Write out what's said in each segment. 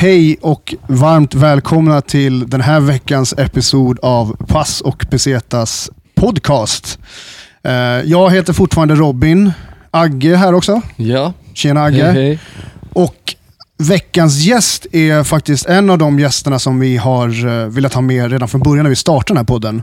Hej och varmt välkomna till den här veckans episod av Pass och Pesetas podcast. Jag heter fortfarande Robin. Agge här också. Ja. Tjena Agge. Hej. Och veckans gäst är faktiskt en av de gästerna som vi har velat ha med redan från början när vi startade den här podden.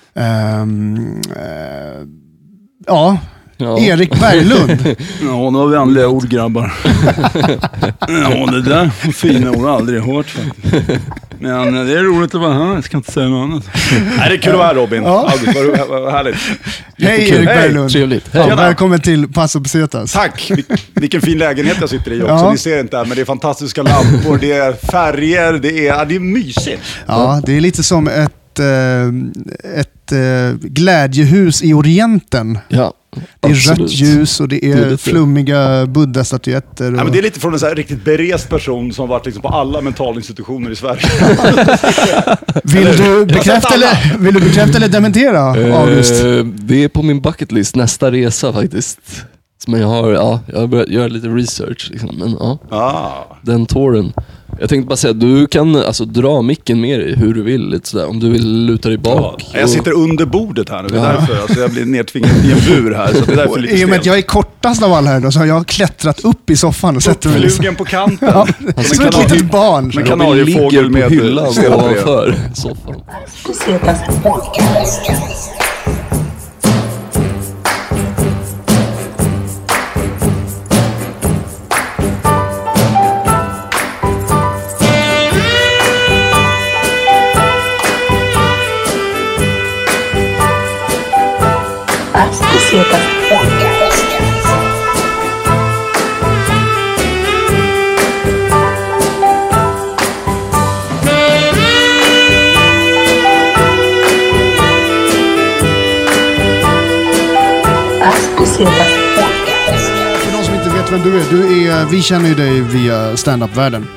Ja. Erik Berglund. Ja, det var vänliga ord, grabbar. Ja, det där fina ord har jag aldrig hört faktiskt. Men det är roligt att vara här, jag ska inte säga något annat. Nej, det är kul att vara här, Robin. Ja. August, vad härligt. Hej Erik Berglund. Trevligt. Hej. Ja, välkommen till Pass och Pesetas. Tack, vilken fin lägenhet jag sitter i också. Ja. Ni ser inte här, men det är fantastiska lampor, det är färger, det är mysigt. Ja, det är lite som ett glädjehus i Orienten. Ja. Det är absolut. rött ljus och det är flummiga buddha-statyetter. Och... Ja, men det är lite från en så här riktigt berest person som varit liksom på alla mentalinstitutioner i Sverige. Vill du bekräfta eller dementera, August? Det är på min bucket list, nästa resa faktiskt. Men jag har börjat göra lite research liksom. Men den touren. Jag tänkte bara säga, du kan alltså dra micken med dig hur du vill, lite sådär, om du vill luta dig bak. Ja, jag sitter under bordet här nu, det är därför. Alltså, jag blir nedtvingad i en bur här, så det är därför lite I och med att jag är kortast av alla här då, så har jag klättrat upp i soffan och sätter mig uppflugen på kanten. Ja, som ett litet barn. Men kanariefågel med hyllan ovanför soffan. För de som inte vet vem du är, vi känner ju dig via stand-up-världen.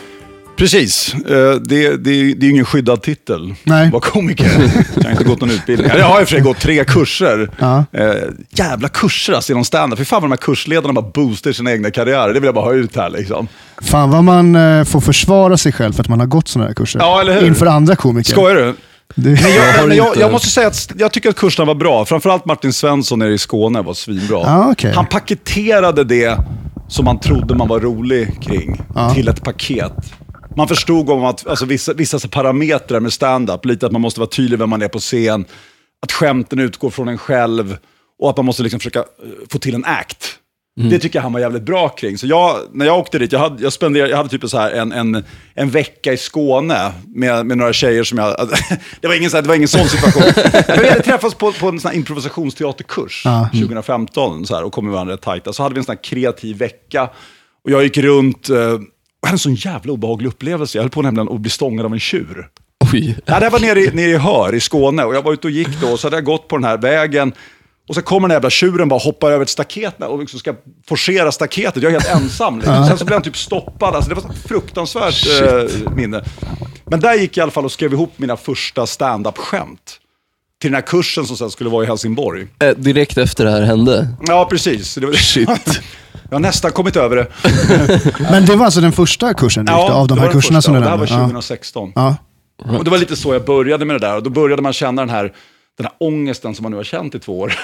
Precis, det är ingen skyddad titel. Nej. Var komiker. Jag har inte gått någon utbildning. Jag har i och för sig gått 3 kurser. Ja. Jävla kurser alltså inom stand-up. För fan vad de här kursledarna bara boostar sina egna karriärer. Det vill jag bara ha ut här liksom. Fan vad man får försvara sig själv för att man har gått sådana här kurser. Ja, eller hur? Inför andra komiker. Skojar du? Det... Jag måste säga att jag tycker att kurserna var bra. Framförallt Martin Svensson nere i Skåne var svinbra. Ah, okay. Han paketerade det som man trodde man var rolig kring till ett paket. Man förstod om att alltså, vissa parametrar med stand-up, lite att man måste vara tydlig vem man är på scen, att skämten utgår från en själv och att man måste liksom försöka få till en act. Det tycker jag han var jävligt bra kring. Så när jag åkte dit, jag hade typ så här en vecka i Skåne med några tjejer som jag... det var ingen sån situation. Vi hade träffats på en sån här improvisationsteaterkurs 2015 så här, och kom med varandra tajta. Så hade vi en sån här kreativ vecka och jag gick runt... och hade en sån jävla obehaglig upplevelse. Jag höll på nämligen att bli stångad av en tjur. Oj. Ja, det var nere i Hör i Skåne och jag var ute och gick då, så hade jag gått på den här vägen. Och så kommer den jävla tjuren bara hoppar över ett staket och liksom ska forcera staketet. Jag är helt ensam. Liksom. Sen så blev han typ stoppad. Alltså, det var ett fruktansvärt minne. Men där gick jag i alla fall och skrev ihop mina första stand-up-skämt. Till den här kursen som sen skulle vara i Helsingborg. Direkt efter det här hände? Ja, precis. Det var... Shit. Jag har nästan kommit över det. Men det var alltså den första kursen av de här kurserna som du nämnde? Det här var 2016. Ja. Och det var lite så jag började med det där. Och då började man känna den här ångesten som man nu har känt i 2 år.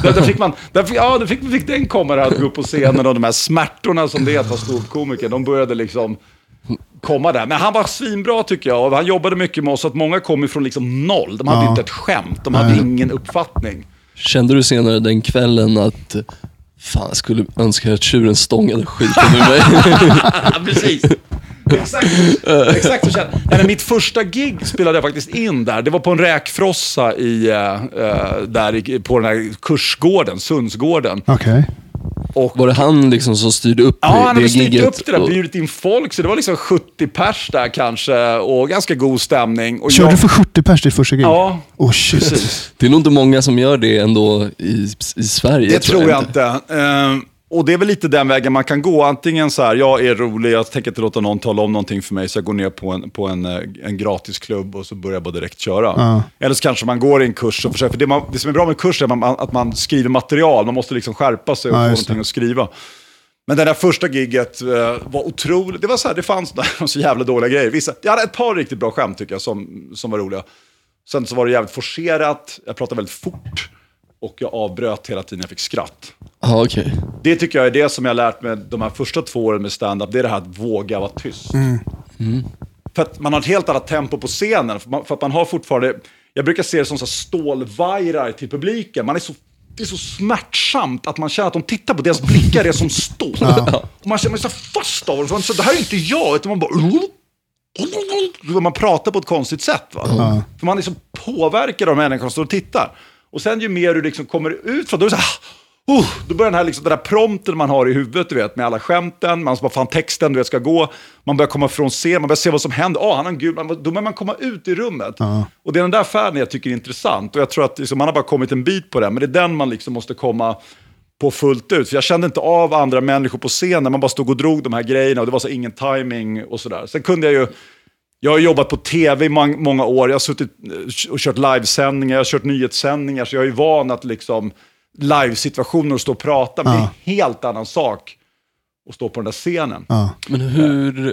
Då fick den komma där att gå upp på scenen och de här smärtorna som det är att vara ståuppkomiker, de började liksom komma där. Men han var svinbra tycker jag och han jobbade mycket med oss så att många kom ifrån liksom noll. De hade inte ett skämt, de hade ingen uppfattning. Kände du senare den kvällen att fan, jag skulle önska att tjuren stångade skiten ur mig? Precis. Exakt så kände. Nej, men mitt första gig spelade jag faktiskt in där. Det var på en räkfrossa på den här kursgården, Sundsgården. Okej. Och var det han liksom som styrde upp han hade styrt giget? upp det där, bjudit in folk. Så det var liksom 70 pers där kanske. Och ganska god stämning. Och körde du för 70 pers i första gig? Ja, shit. Precis. Det är nog inte många som gör det ändå i Sverige. Det tror jag inte. Och det är väl lite den vägen man kan gå. Antingen så här, jag är rolig, jag tänker inte låta någon tala om någonting för mig, så jag går ner på en gratis klubb och så börjar jag bara direkt köra. Eller så kanske man går i en kurs och försöker, för det som är bra med kurs är att man skriver material, man måste liksom skärpa sig och få någonting att skriva. Men det där första gigget var otroligt. Det var så här, det fanns så jävla dåliga grejer. Jag hade ett par riktigt bra skämt tycker jag som var roliga. Sen så var det jävligt forcerat. Jag pratade väldigt fort. Och jag avbröt hela tiden jag fick skratt. Okay. Det tycker jag är det som jag har lärt mig de här första 2 åren med stand-up. Det är det här att våga vara tyst. För att man har ett helt annat tempo på scenen. För att man har fortfarande... Jag brukar se det som så stålvajrar till publiken. Det är så smärtsamt att man känner att de tittar på deras blickar är som stål. Och man känner sig fast av dem. Så det här är inte jag. Utan man bara... Man pratar på ett konstigt sätt. Va? För man är så påverkad av människor som står och tittar. Och sen ju mer du liksom kommer ut från, då är det så här, då börjar den där prompten man har i huvudet, du vet, med alla skämten, man bara fan texten, du vet, ska gå, man börjar komma från scen, man börjar se vad som händer, han har en gud, då börjar man komma ut i rummet. Och det är den där färden jag tycker är intressant, och jag tror att liksom, man har bara kommit en bit på det, men det är den man liksom måste komma på fullt ut, för jag kände inte av andra människor på scenen, man bara stod och drog de här grejerna, och det var så ingen timing och sådär. Sen kunde jag har jobbat på tv i många år. Jag har suttit och kört livesändningar. Jag har kört nyhetssändningar. Så jag är ju van att liksom live-situationer och stå och prata. Men det är en helt annan sak att stå på den där scenen. Men hur...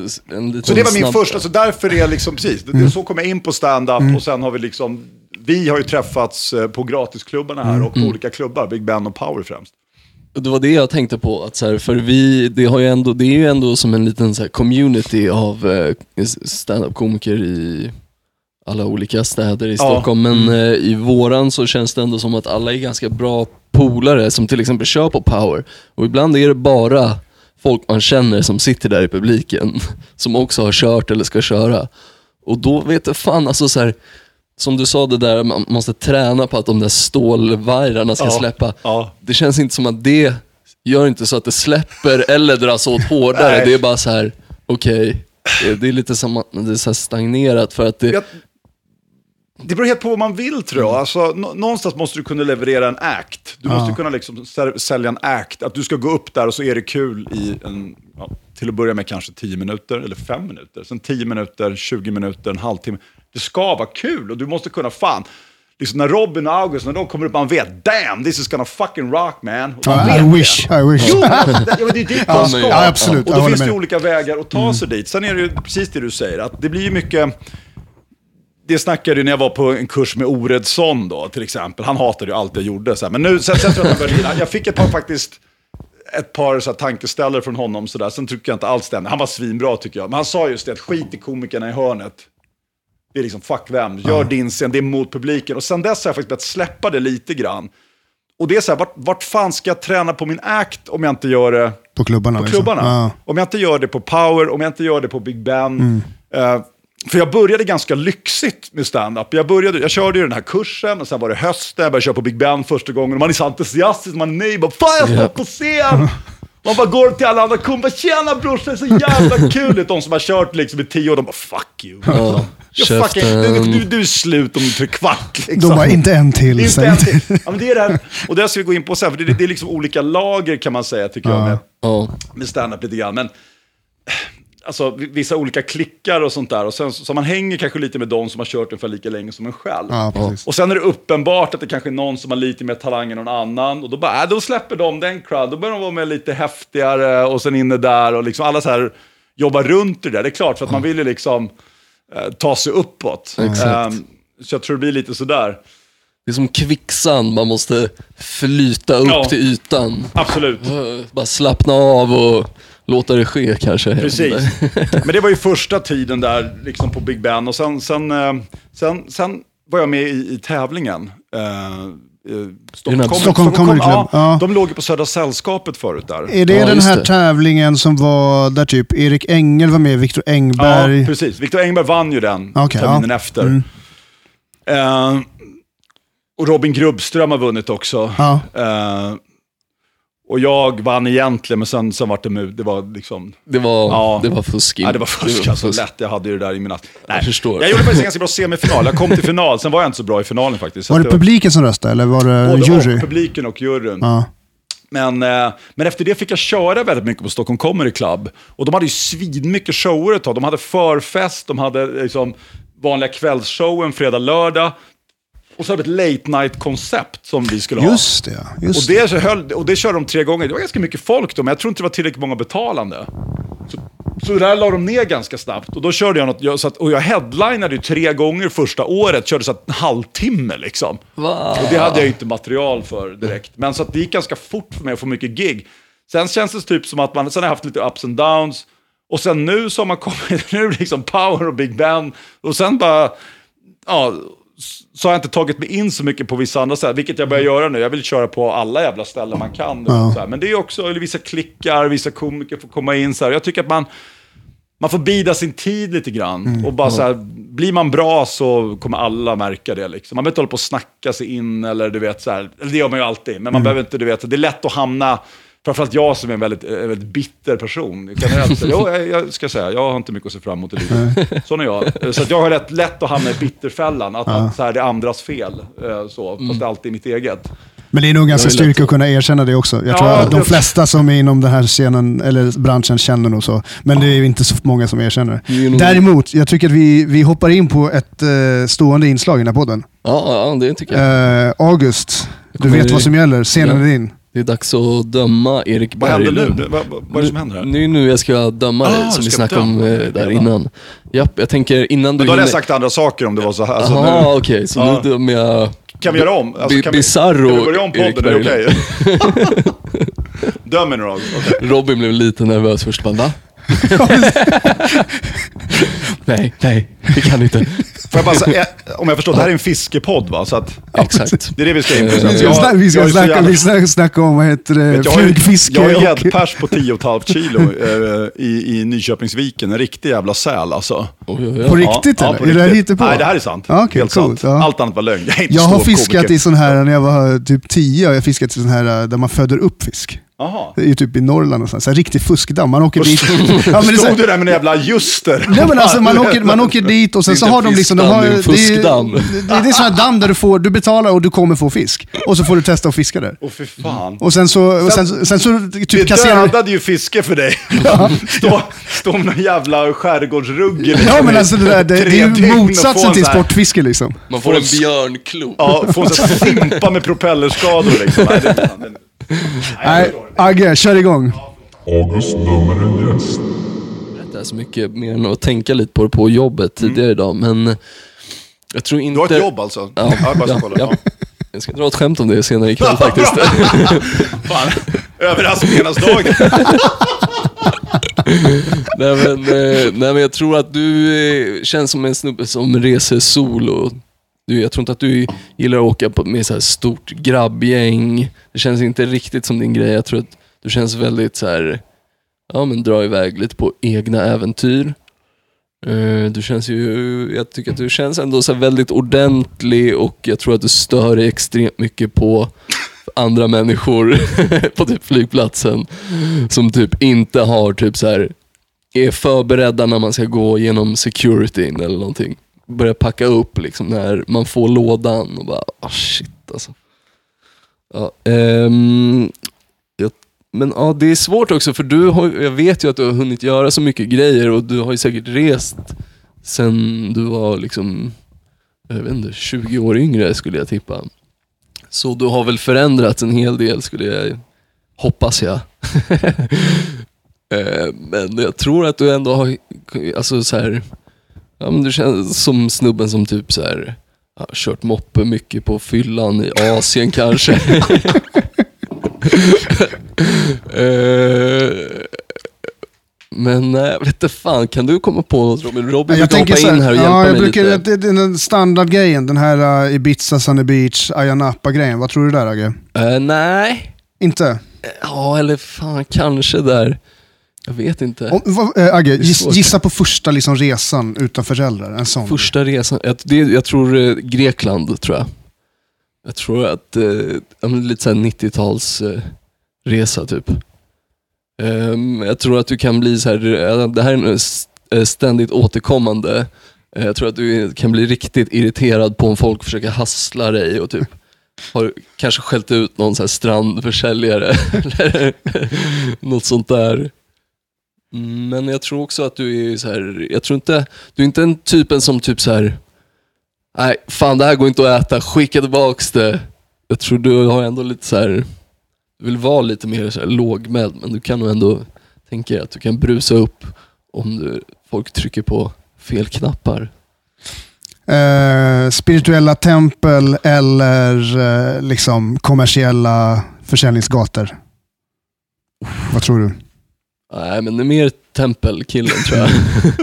Så det var min första. Så därför är jag liksom precis. Så kom jag in på stand-up. Och sen har vi liksom... Vi har ju träffats på gratisklubbarna här. Och på olika klubbar. Big Ben och Power främst. Det var det jag tänkte på, att så här, för det är ju ändå som en liten så här community av stand-up-komiker i alla olika städer i Stockholm, men i våran så känns det ändå som att alla är ganska bra polare som till exempel kör på Power, och ibland är det bara folk man känner som sitter där i publiken som också har kört eller ska köra, och då vet jag fan, alltså så här, som du sa det där, man måste träna på att de där stålvajrarna ska släppa. Det känns inte som att det gör inte så att det släpper eller dras åt hårdare. Nej. Det är bara så här, okej, det är lite som att det är så här stagnerat för att det... Det beror helt på vad man vill, tror jag. Alltså, någonstans måste du kunna leverera en act. Du måste kunna liksom sälja en act. Att du ska gå upp där och så är det kul i till att börja med kanske 10 minuter eller 5 minuter. Sen 10 minuter, 20 minuter, en halvtimme. Det ska vara kul och du måste kunna liksom när Robin och August, när de kommer upp, man vet, damn, this is gonna fucking rock, man. I wish. Jo, det är dit man ska. Ja, absolut. Och då finns det olika vägar att ta sig dit. Sen är det ju precis det du säger, att det blir ju mycket... Det snackade ju när jag var på en kurs med Oredsson då, till exempel. Han hatade ju allt jag gjorde. Så här. Men nu, sen tror jag att jag fick ett par så här tankeställare från honom. Så där. Sen tycker jag inte alls det. Han var svinbra tycker jag. Men han sa just det, att skit i komikerna i hörnet. Det är liksom, fuck vem. Gör din scen, det är mot publiken. Och sen dess har jag faktiskt börjat släppa det lite grann. Och det är så här, vart fan ska jag träna på min act om jag inte gör det på klubbarna? Liksom. Om jag inte gör det på Power, om jag inte gör det på Big Ben. För jag började ganska lyxigt med stand-up. Jag körde ju den här kursen och sen var det hösten. Jag började köra på Big Ben första gången. Och man är så entusiastisk. Man bara, fan jag står på scen! Man bara går till alla andra kunder. Tjena bror, det är så jävla kul. De som har kört liksom i 10 år, de bara, fuck you. Du är slut om 3/4. Liksom. De bara, inte en till. Inte en till. Ja, men det är det här. Och det ska vi gå in på sen. För det är liksom olika lager kan man säga, tycker jag. Med stand-up lite grann. Men... Alltså vissa olika klickar och sånt där. Och sen så man hänger kanske lite med de som har kört ungefär lika länge som en själv. Och sen är det uppenbart att det kanske är någon som har lite mer talang än någon annan. Och då bara, då släpper de den crowd. Då börjar de vara med lite häftigare. Och sen inne där och liksom alla så här jobbar runt det där. Det är klart, för att man vill ju liksom ta sig uppåt. Så jag tror det blir lite sådär. Det är som kvicksand, man måste flyta upp till ytan. Absolut. Bara slappna av och låta det ske kanske. Precis. Men det var ju första tiden där liksom på Big Ben. Och sen var jag med i tävlingen. Stockholm Comedy Club. De låg ju på Södra Sällskapet förut där. Är det den här tävlingen som var där typ Erik Engel var med, Viktor Engberg? Ja, precis. Viktor Engberg vann ju den terminen efter. Och Robin Grubbström har vunnit också. Och jag vann egentligen, men sen var det var liksom... Det var fuskigt. Ja, det var fusk. Lätt, jag hade ju det där i mina... Nej, jag förstår. Jag gjorde faktiskt en ganska bra semifinal. Jag kom till final, sen var jag inte så bra i finalen faktiskt. Var det publiken som röstade, eller var det jury? Publiken och juryn. Men efter det fick jag köra väldigt mycket på Stockholm Comedy Club. Och de hade ju svinmycket shower ett tag. De hade förfest, de hade liksom vanliga kvällsshowen fredag, lördag. Och så har vi ett late night-koncept som vi skulle ha. Just det. Och det körde de 3 gånger. Det var ganska mycket folk då, men jag tror inte det var tillräckligt många betalande. Så det där la de ner ganska snabbt. Och då körde jag något, och jag headlinade ju 3 gånger första året. Körde så att en halvtimme liksom. Wow. Och det hade jag inte material för direkt. Men så att det gick ganska fort för mig att få mycket gig. Sen känns det typ som att sen har jag haft lite ups and downs. Och sen nu så har man kommit, nu liksom Power och Big Ben. Och sen bara, så har jag inte tagit mig in så mycket på vissa andra ställen, vilket jag börjar göra nu. Jag vill köra på alla jävla ställen man kan. Så här. Men det är också vissa klickar, vissa komiker får komma in. Så här. Jag tycker att man får bida sin tid lite grann. Och bara så här, blir man bra så kommer alla märka det. Liksom. Man behöver inte hålla på att snacka sig in, eller du vet så här. Eller det gör man ju alltid. Men man behöver inte, du vet, det är lätt att hamna... Framförallt jag som är en väldigt bitter person. Jag ska säga, jag har inte mycket att se fram emot i livet. Sån är jag. Så att jag har rätt lätt att hamna i bitterfällan. Att så här, det är andras fel. Fast det är alltid mitt eget. Men det är nog ganska styrka att kunna erkänna det också. Jag tror att de flesta som är inom den här scenen eller branschen känner nog så. Men det är ju inte så många som erkänner det. Däremot, jag tycker att vi hoppar in på ett stående inslag i den här podden. Ja, det tycker jag. August, du vet vad som gäller. Scenen är din. Det är dags att döma Erik Berglund. Vad händer nu? Vad är det som händer här? Det är nu jag ska döma dig, som vi snackade om där innan. Japp, jag tänker innan du... Men då hade jag sagt andra saker om det var så här. Jaha, okej. Så nu dömer jag... Kan vi göra om? Bizarro kan vi börja om podden? Är det okej? Dömer nu då. Okay. Robin blev lite nervös först. Va? nej, det kan inte. Får jag bara säga, om jag förstår, det här är en fiskepodd, va? Så att, exakt. Det är det vi ska in på. Vi ska snacka om, vad heter det, flugfiske. Jag har gäddpers på 10,5 kilo i Nyköpingsviken. En riktig jävla säl, alltså. På riktigt, eller? På riktigt. Är det hittar på? Nej, det här är sant. Okay, helt coolt, sant. Allt annat var lögn. Jag har fiskat i sån här, när jag var typ 10, och jag fiskat i sån här där man föder upp fisk. Aha. Det är ju typ i Norrland och sånt. Så här riktig fuskdamm. Man åker dit. Stod du där med en jävla ljuster? Nej, men alltså, man åker dit och sen så har de liksom... Det är sån här damm där du betalar och du kommer få fisk. Och så får du testa att fiska där. Åh, för fan. Och sen så typ det dödade ju fiske för dig. Ja. Stå med en jävla skärgårdsrugg. Ja, men alltså det är ju motsatsen till sportfiske liksom. Man får en björnklo. Ja, får en sån här simpa med propellerskador liksom. Nej, Agge, kör igång. August dömer en gäst. Det är så mycket mer än att tänka lite på jobbet tidigare idag, men jag tror inte... Du har ett jobb alltså? Ja. Jag ska dra ett skämt om det senare ikväll faktiskt. Fan, överraskningarnas-dagen. Nej, men jag tror att du känns som en snubbe som reser solo. Jag tror inte att du gillar att åka med så här stort grabbgäng. Det känns inte riktigt som din grej. Jag tror att du känns väldigt så här, dra iväg lite på egna äventyr. Du känns ju, jag tycker att du känns ändå så här väldigt ordentlig, och jag tror att du stör dig extremt mycket på andra människor på typ flygplatsen som typ inte har typ så här, är förberedda när man ska gå genom securityn eller någonting. Börja packa upp liksom när man får lådan och bara shit alltså. Ja, men det är svårt också, för jag vet ju att du har hunnit göra så mycket grejer, och du har ju säkert rest sen du var liksom, jag vet inte, 20 år yngre skulle jag tippa. Så du har väl förändrats en hel del, skulle jag hoppas jag. Men jag tror att du ändå har, alltså så här, men du känns som snubben som typ så här, kört moppe mycket på fyllan i Asien kanske. Men jag vet inte fan, kan du komma på något, Robin? Robin brukar hoppa in här och hjälpa mig lite. Det är den standardgrejen, den här Ibiza, Sunny Beach, Ayia Napa-grejen. Vad tror du där, Agge? Nej. Inte? Ja, eller fan, kanske där. Jag vet inte. Agge, gissa på första liksom resan utan föräldrar. En sån. Första resan, jag tror Grekland, tror jag. Jag tror att lite såhär 90-tals resa typ. Jag tror att du kan bli så här, det här är en ständigt återkommande. Jag tror att du kan bli riktigt irriterad på om folk försöker hassla dig och typ har kanske skällt ut någon så här strandförsäljare eller något sånt där. Men jag tror också att du är så här, jag tror inte, du är inte en typen som typ så här, nej, fan det här går inte att äta, skicka tillbaks det. Jag tror du har ändå lite så här, du vill vara lite mer så här lågmäld, men du kan nog ändå tänka att du kan brusa upp om folk trycker på fel knappar. Spirituella tempel eller liksom kommersiella försäljningsgator? Vad tror du? Nej, men det är mer tempelkillen tror jag.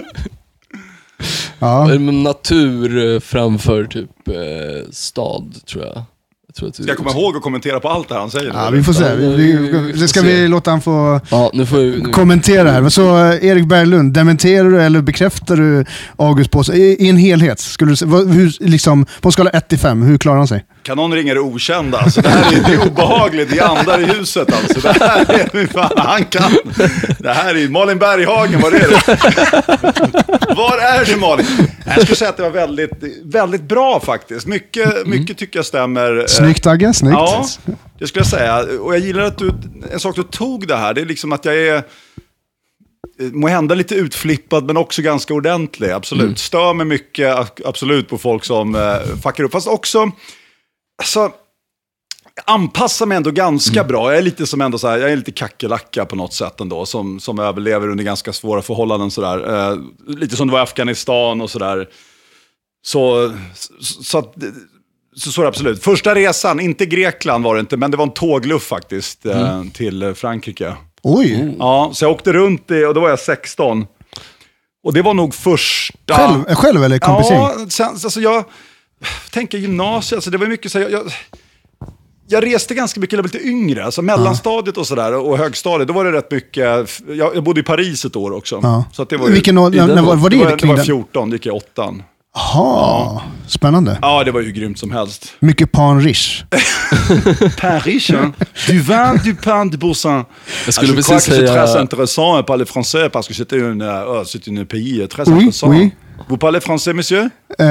Ja. Natur framför typ stad tror jag. Ska jag komma ihåg att kommentera på allt det här han säger? Ja, vi får se. Det ska vi låta han få kommentera här. Så Erik Berglund, dementerar du eller bekräftar du August på i en helhet? Skulle du, hur, liksom, på en skala 1-5, hur klarar han sig? Kan någon ringa det okända? Alltså, det här är obehagligt. Det är andar i huset. Alltså. Det här är fan, han kan. Det här är Malin Berghagen. Var är det? Var är du, Malin? Jag skulle säga att det var väldigt, väldigt bra faktiskt. Mycket tycker jag stämmer. Snyggt, Agge. Snyggt. Ja, det skulle jag säga. Och jag gillar att en sak du tog det här. Det är liksom att jag är må hända lite utflippad men också ganska ordentlig. Absolut. Stör mig mycket absolut på folk som fuckar upp. Fast också alltså, anpassar mig ändå ganska bra. Jag är lite som ändå så här, jag är lite kackelacka på något sätt ändå som överlever under ganska svåra förhållanden så där. Lite som det var i Afghanistan och så där. Så är det absolut. Första resan, inte Grekland var det inte, men det var en tågluff faktiskt till Frankrike. Oj. Ja, så jag åkte runt och då var jag 16. Och det var nog första... Själv eller kompisering? Ja, sen, alltså jag tänker gymnasiet, alltså det var mycket så jag reste ganska mycket, jag var lite yngre, alltså mellanstadiet och sådär och högstadiet, då var det rätt mycket, jag bodde i Paris ett år också. Ja. Så att det var vilken år, när var det? Det var 14, det gick i 8:an. Jaha, spännande. Ja, det var ju grymt som helst. Mycket pain riche. Pain riche, hein? Du vin, du pain de boursin. Jag skulle precis säga... C'est très intéressant att parler français parce que c'est un pays très intéressant. Oui. Vous parlez français, monsieur?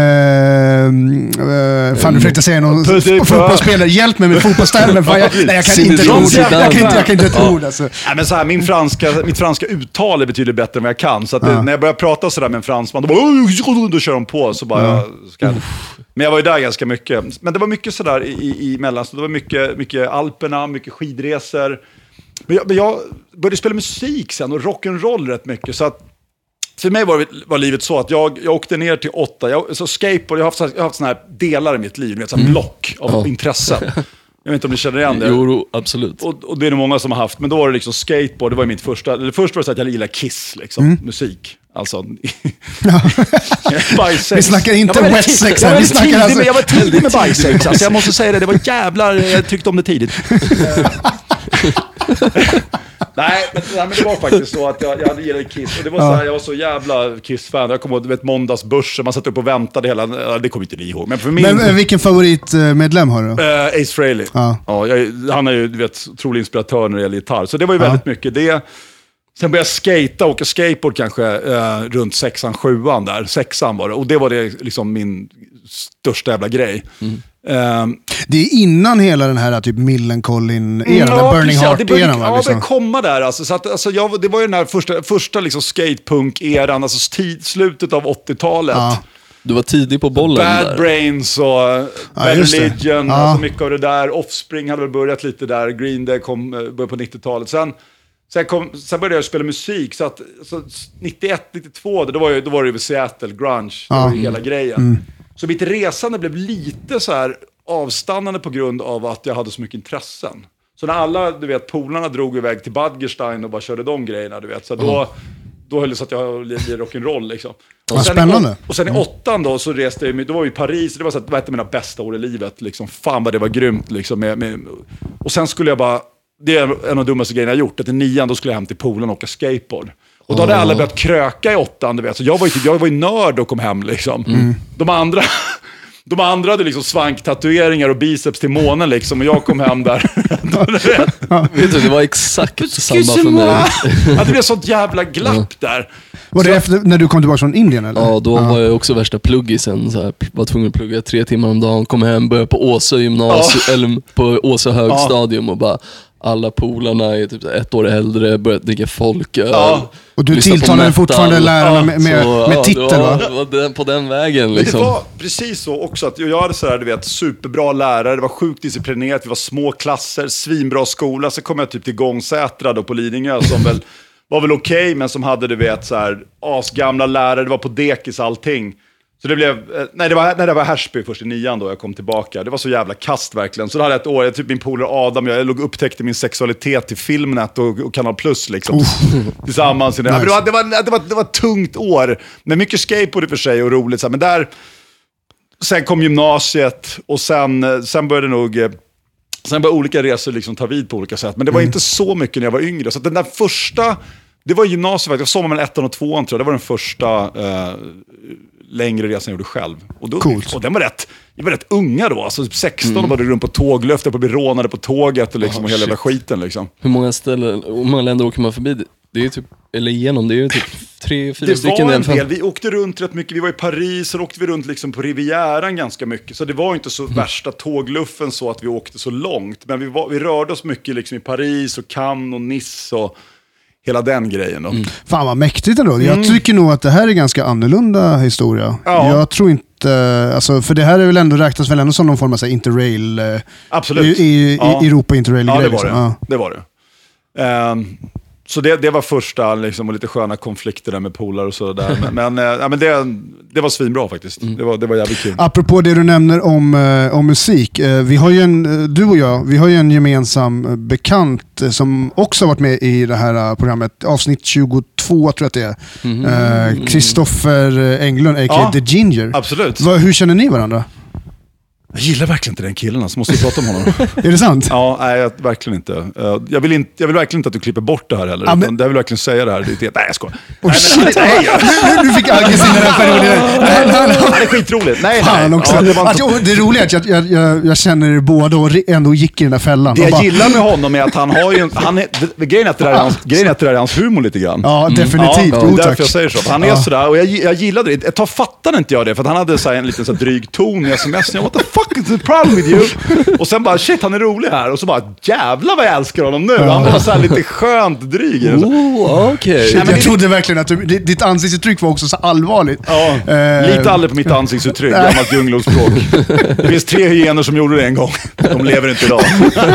Fan, du försökte säga någon fotbollsspelare. Hjälp mig med fotbollstermer. Jag kan inte ett ord. Alltså. Nej, men så här, mitt franska uttal är betydligt bättre än vad jag kan. Så att när jag börjar prata sådär med en fransman, då kör de på. Så bara, men jag var ju där ganska mycket. Men det var mycket sådär i mellan. Så det var mycket Alperna, mycket skidresor. Men jag började spela musik sen och rock'n'roll rätt mycket. Så att för mig var livet så att jag åkte ner till 8. Så skateboard, jag har haft såna här delar i mitt liv, så block av intressen. Jag vet inte om ni känner igen det. Jo, absolut. Och det är det många som har haft. Men då var det liksom skateboard, det var mitt första. Det första var så att jag gillar Kiss, liksom, musik. Alltså... Vi snackar inte wetsex här. Jag var tidig med bisex. Alltså, jag måste säga det var jävlar, jag tyckte om det tidigt. Nej, men det var faktiskt så att jag hade gillat Kiss. Och det var så här, jag var så jävla Kiss-fan. Jag kommer ihåg, du vet, måndagsbörsen. Man satt upp och väntade hela... Det kommer inte ni ihåg. Men vilken favoritmedlem har du? Ace Frehley. Ja, han är ju, du vet, otrolig inspiratör när det gäller gitarr. Så det var ju väldigt mycket det. Sen började jag åka skateboard kanske runt 6:an, 7:an där. 6:an var det. Och det var det liksom min största jävla grej. Det är innan hela den här typ Millencolin-eran, Burning Heart-eran. Ja, det komma där. Alltså, så att, det var ju den här första liksom skatepunk-eran, alltså slutet av 80-talet. Ja. Du var tidig på bollen Bad där. Brains och Bad Religion, alltså mycket av det där. Offspring hade väl börjat lite där. Green Day började på 90-talet. Sen började jag spela musik. Så 91, 92, då var det ju Seattle, grunge, det var ju hela grejen. Så mitt resande blev lite så här avstannande på grund av att jag hade så mycket intressen. Så när alla, du vet, polarna drog iväg till Badgerstein och bara körde de grejerna, du vet. Så då höll det så att jag lirade rock'n'roll liksom. Spännande. Och sen i 8:an då så reste jag, då var vi i Paris, det var så att det var ett av mina bästa år i livet liksom. Fan vad det var grymt liksom och sen skulle jag bara, det är en av de dummaste grejerna jag gjort, att i 9:an då skulle jag hem till Polen och åka skateboard. Och då hade alla börjat kröka i 8:an, du vet. Så jag var ju nörd och kom hem liksom. De andra hade liksom svanktatueringar och biceps till månen liksom, och jag kom hem där. Vet du, det var exakt samma för mig. Ja, det blev sånt jävla glapp där. Var det efter när du kom tillbaka från Indien eller? Ja, då var jag också värsta pluggisen. Så här, var tvungen att plugga 3 timmar om dagen. Kom hem, började på Åsö gymnasium eller på Åsö högstadium och bara alla polarna är typ 1 år äldre, börjat dricka folköl. Och du tilltalar fortfarande lärarna med titel, va? På den vägen liksom. Det var precis så också, att jag hade så här, du vet, superbra lärare, det var sjukt disciplinerat, vi var små klasser, svinbra skola. Så kom jag typ till Gångsätra då på Lidingö, som var väl okej, men som hade, du vet, så här asgamla lärare, det var på dekis allting. Så det blev, det var Härsby först i 9:an då jag kom tillbaka. Det var så jävla kast verkligen. Så det hade ett år, typ min polare Adam, jag upptäckte min sexualitet till Filmnet och Kanal Plus liksom. Tillsammans. Nice. Det var ett tungt år. Med mycket skateboard i och för sig och roligt. Men där, sen kom gymnasiet och sen började sen började olika resor liksom ta vid på olika sätt. Men det var inte så mycket när jag var yngre. Så att den där första, det var gymnasiet, jag sommar mellan 1:an och 2:an tror jag. Det var den första längre resan jag gjorde själv. Och då, coolt. Och vi var rätt unga då, alltså 16 och var runt på tåglöfter på att bli rånade på tåget och liksom och hela jävla skiten liksom. Hur många länder åker man förbi? Det är ju typ, eller igenom, det är ju typ 3-4 stycken. Det var en del, vi åkte runt rätt mycket, vi var i Paris och åkte vi runt liksom på Rivieran ganska mycket, så det var inte så värsta tågluffen så att vi åkte så långt, men vi rörde oss mycket liksom i Paris och Cannes och Nice och hela den grejen då. Fan vad mäktigt ändå. Jag tycker nog att det här är ganska annorlunda historia. Ja. Jag tror inte, alltså, för det här är väl ändå, räknas väl ändå som någon form av interrail. Absolut. I Europa interrail. Ja, det var det. Det var det. Så det var första liksom, och lite sköna konflikter där med polare och så där. Men det var svinbra faktiskt. Det var jävligt kul. Apropå det du nämner om musik. Vi har ju du och jag, vi har ju en gemensam bekant som också har varit med i det här programmet. Avsnitt 22 tror jag att det är. Kristoffer Englund, a.k.a. The Ginger. Absolut. Hur känner ni varandra? Jag gillar verkligen inte den killen, så måste vi prata om honom. Är det sant? Ja, nej, verkligen inte. Jag vill verkligen inte att du klipper bort det här heller. Ja, men... Jag vill verkligen säga det här. Nej, jag skojar. Nu fick Agnes in den här perioden. Det är skitroligt. Nej. Det är roligt att jag känner er båda och ändå gick i den där fällan. Det jag gillar med honom är att han har ju... Grejen är att det är hans humor lite grann. Ja, definitivt. Ja, det är därför jag säger så. Han är sådär, och jag gillade det. Ett tag fattade inte jag det, för att han hade så en liten så dryg ton i sms. Jag, what the fuck is the problem with you? Och sen bara, shit, han är rolig här. Och så bara, jävlar vad jag älskar honom nu. Han var så här lite skönt dryg. Okay. Jag trodde verkligen att ditt ansiktsuttryck var också så allvarligt. Ja, lite aldrig på mitt ansiktsuttryck. Gammalt djungelspråk. Det finns 3 hyener som gjorde det en gång. De lever inte idag.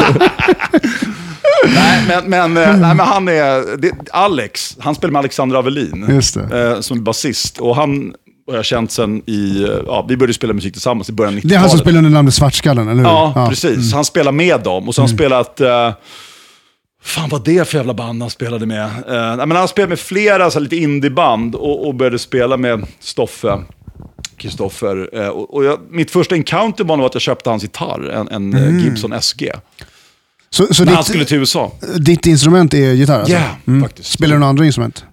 Nej, men han är... Alex, han spelar med Alexander Avelin. Just det. Som är basist. Och han... Och jag har känt sen vi började spela musik tillsammans i början av 90-talet. Det är han som spelar under namnet Svartskallen, eller hur? Ja, precis. Han spelar med dem. Och så har han spelat... fan, vad det för jävla band han spelade med? Men han spelade med flera så lite indieband. Och började spela med Kristoffer. Mitt första encounter var att jag köpte hans gitarr. En Gibson SG. Så han skulle till USA. Ditt instrument är gitarr alltså? Ja, faktiskt. Spelar du några andra instrument?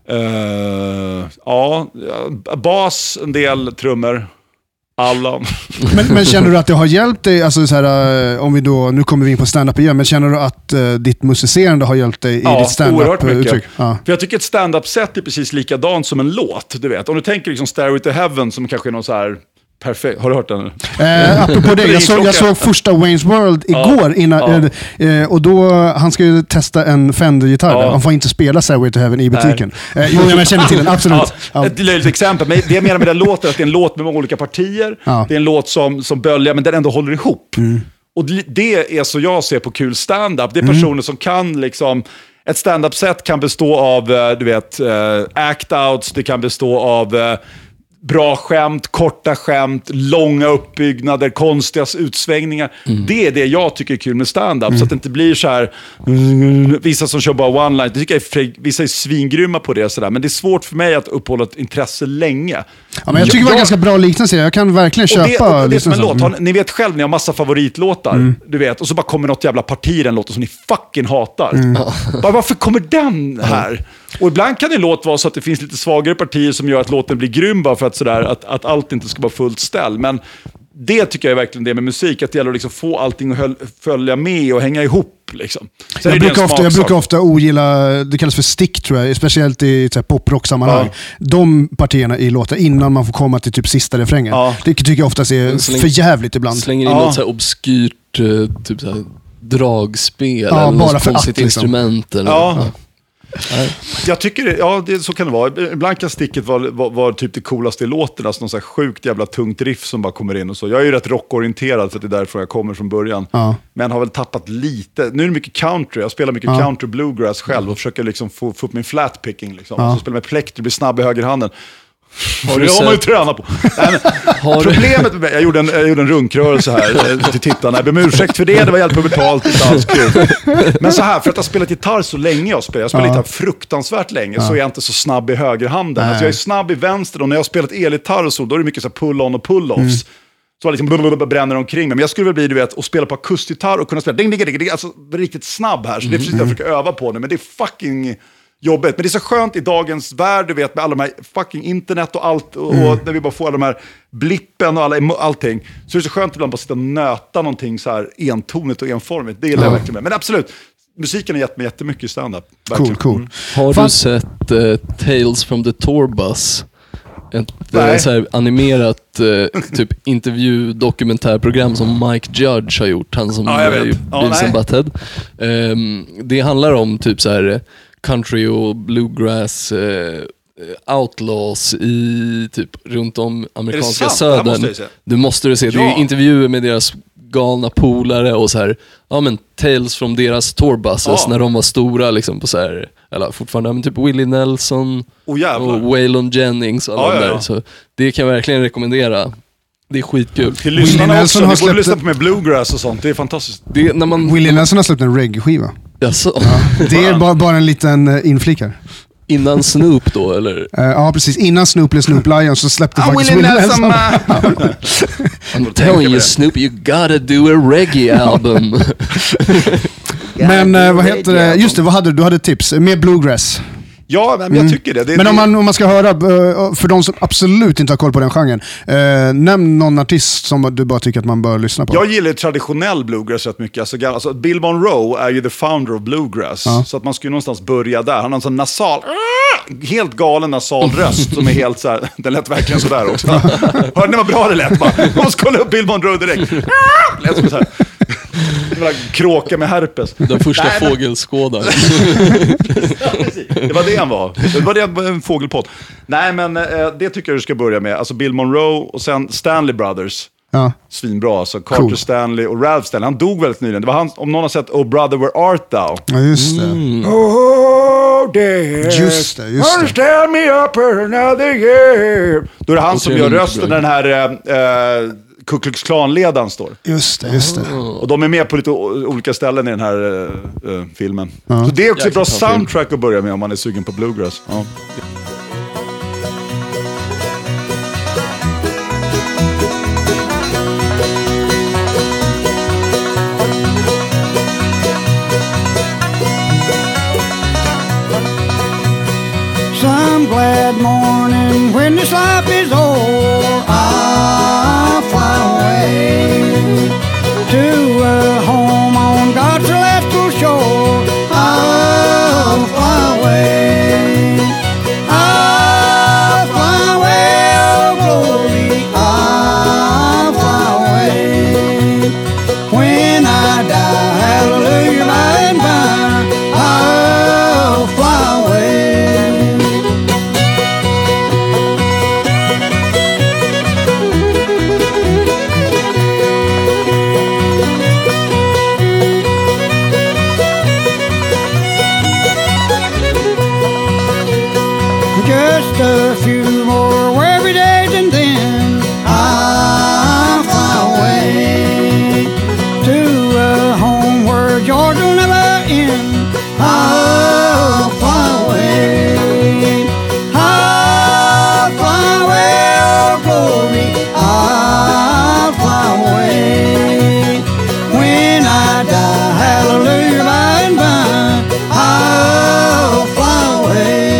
Bas, en del trummor. Alla. Men känner du att det har hjälpt dig, alltså så här, om vi då, nu kommer vi in på stand-up igen, men känner du att ditt musicerande har hjälpt dig i ditt stand-up-uttryck? Ja, för jag tycker ett stand-up-set är precis likadant som en låt, du vet. Om du tänker liksom Stairway to Heaven, som kanske är någon så här perfekt. Har du hört den? Apropå det, jag såg första Wayne's World igår innan, och då, han ska ju testa en Fender-gitarr. Han får inte spela Stairway to Heaven i butiken. Jag känner till den, absolut. Ett löjligt exempel, men det jag menar med den låten, att det är en låt med olika partier. Det är en låt som böljar, men den ändå håller ihop. Och det är så jag ser på kul stand-up. Det är personer som kan liksom... Ett stand-up-set kan bestå av, du vet, act-outs, det kan bestå av... bra skämt, korta skämt, långa uppbyggnader, konstiga utsvängningar. Det är det jag tycker är kul med stand-up. Så att det inte blir så här vissa som kör bara one-line. Det tycker jag vissa är svingrymma på det. Sådär. Men det är svårt för mig att uppehålla ett intresse länge. Ja, men jag tycker det var ganska bra liknande. Jag kan verkligen köpa... Det är som en låt. Ni vet själv, ni har massa favoritlåtar. Du vet, och så bara kommer något jävla parti i den låten som ni fucking hatar. Bara, varför kommer den här? Och ibland kan det låt vara så att det finns lite svagare partier som gör att låten blir grym bara för att, att allt inte ska vara fullt ställ. Men det tycker jag är verkligen det med musik, att det gäller att liksom få allting att följa med och hänga ihop. Liksom. Jag brukar ofta ogilla, det kallas för stick tror jag, speciellt i poprock-sammanhang. De partierna i låtar innan man får komma till typ sista refrängen. Det tycker jag oftast är för jävligt ibland. Slänger in något så här obskyrt, typ så här dragspel eller något konstigt instrument. Eller, Jag tycker så kan det vara. Ibland kan sticket var typ det coolaste i låten, alltså någon så här sjukt jävla tungt riff som bara kommer in och så. Jag är ju rätt rockorienterad för det är därför jag kommer från början. Men har väl tappat lite. Nu är det mycket country. Jag spelar mycket country bluegrass själv och försöker liksom få upp min flat picking liksom. Så spelar med plektrum, blir snabb i högerhanden. Det har man ju tränat på. Problemet med jag gjorde en runkrörelse här till tittarna. Jag ber om ursäkt för det var helt betalt, inte alls kul. Men så här, för att jag har spelat gitarr så länge jag spelat gitarr fruktansvärt länge, så är jag inte så snabb i högerhanden. Alltså jag är snabb i vänster, och när jag har spelat elgitarr och så, då är det mycket så pull-on och pull-offs. Så liksom bränner omkring mig. Men jag skulle väl bli, du vet, att spela på akusgitarr och kunna spela alltså riktigt snabb här. Så det försöker jag försöka öva på nu, men det är fucking jobbigt. Men det är så skönt i dagens värld, du vet, med alla de här fucking internet och allt, och när vi bara får alla de här blippen och allting, så är det så skönt ibland bara sitta och nöta någonting så här entonigt och enformigt. Det gillar jag verkligen med. Men absolut, musiken har gett mig jättemycket i stand-up. Cool. Har du sett Tales from the Tour Bus? Ett så här animerat typ intervju-dokumentärprogram som Mike Judge har gjort. Han som är ju Beavis and Butthead. Det handlar om typ så här country och bluegrass outlaws i typ runt om amerikanska södern. Du måste se. Det är intervjuer med deras galna polare och så här, tales från deras tourbuses när de var stora liksom, på så här, eller fortfarande, men typ Willie Nelson och Waylon Jennings och alla där. Så det kan jag verkligen rekommendera. Det är skitkul. Till lyssnarna också, ni borde lyssna på med bluegrass och sånt. Det är fantastiskt. Willie Nelson har släppt en reggae-skiva. Det är bara en liten inflik här. Innan Snoop då, eller? Ja, precis. Innan Snoop eller Snoop Lion så släppte faktiskt Willie Nelson. I'm telling you, Snoop, you gotta do a reggae-album. Men vad heter det? Just det, du hade tips med bluegrass. Ja, men jag tycker det. Men om man ska höra, för de som absolut inte har koll på den genren, nämn någon artist som du bara tycker att man bör lyssna på. Jag gillar traditionell bluegrass rätt mycket. Alltså Bill Monroe är ju the founder of bluegrass. Så att man skulle någonstans börja där. Han har en sån nasal, helt galen nasal röst som är helt så här. Den lät verkligen så där också. Hörde ni vad bra det lät? Man skulle upp Bill Monroe direkt. Lät som så här. Kråka med herpes. Den första fågelskådaren. Det var det han var. Det var en fågelpodd. Nej, men det tycker jag du ska börja med. Alltså Bill Monroe och sen Stanley Brothers. Svinbra. Alltså Carter Stanley och Ralph Stanley. Han dog väldigt nyligen. Det var han, om någon har sett Oh Brother Where Art Thou. Ja, just det. Oh dear. Just det. Understand me up for another year. Då är det han som gör rösten när den här Ku Klux Klan-ledaren står. Just det. Och de är med på lite olika ställen i den här filmen. Så det är också ett bra soundtrack att börja med om man är sugen på bluegrass. Some glad morning when this life is over, I'll fly away to a home on God's celestial shore. I'll fly away. I'll fly away, oh glory. I'll fly away. When I die, hallelujah, by and by, I'll fly away. Just a few more weary days and then I'll fly away to a home where joy will never end. I'll fly away. I'll fly away, oh glory. I'll fly away. When I die, hallelujah, by and by, I'll fly away.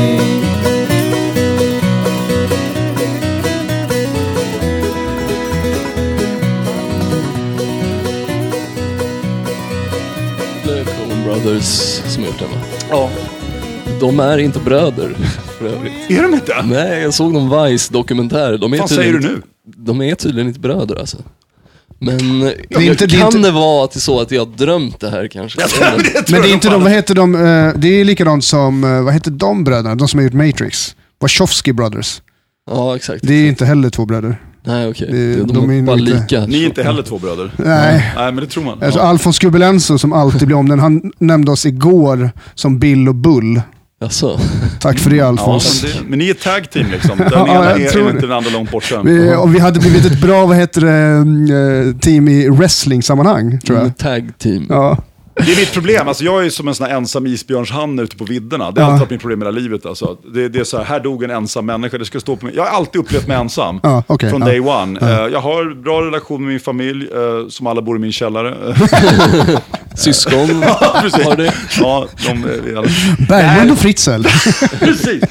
Brothers som gjort den, va? Ja. De är inte bröder, för övrigt. Är de inte? Nej, jag såg någon Vice-dokumentär. Vad säger du nu? De är tydligen inte bröder, alltså. Men kan det vara att det är så att jag har drömt det här kanske? Men det är inte de, vad heter de? Det är likadant som, vad heter de bröderna? De som har gjort Matrix. Wachowski Brothers. Ja, exakt. Det är inte heller 2 bröder. Nej, okej. De är bara lika. Ni är inte heller 2 bröder. Nej, men det tror man. Alltså, Alfons Gubelenso som alltid blir om den. Han nämnde oss igår som Bill och Bull. Jaså? Tack för det, Alfons. Men ni är tag team liksom. Den ena är inte den andra långt bort sen. Och vi hade blivit ett bra, team i wrestling-sammanhang, tror jag. Tag team. Ja. Det är mitt problem. Alltså, jag är som en sån här ensam isbjörnshanne ute på vidderna. Det har alltid varit mitt problem i hela livet. Alltså. Det är så här dog en ensam människa. Det ska stå på mig. Jag har alltid upplevt mig ensam. Från day one. Jag har bra relation med min familj. Som alla bor i min källare. Syskon. Ja, precis. Har det? Ja, Berglund och Fritzl. Precis.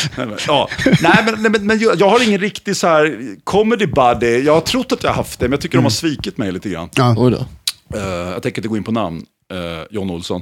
Men jag har ingen riktig så här comedy buddy. Jag har trott att jag har haft det. Men jag tycker de har svikit mig lite grann. Oj då. Jag tänker inte gå in på namn. John Olsson.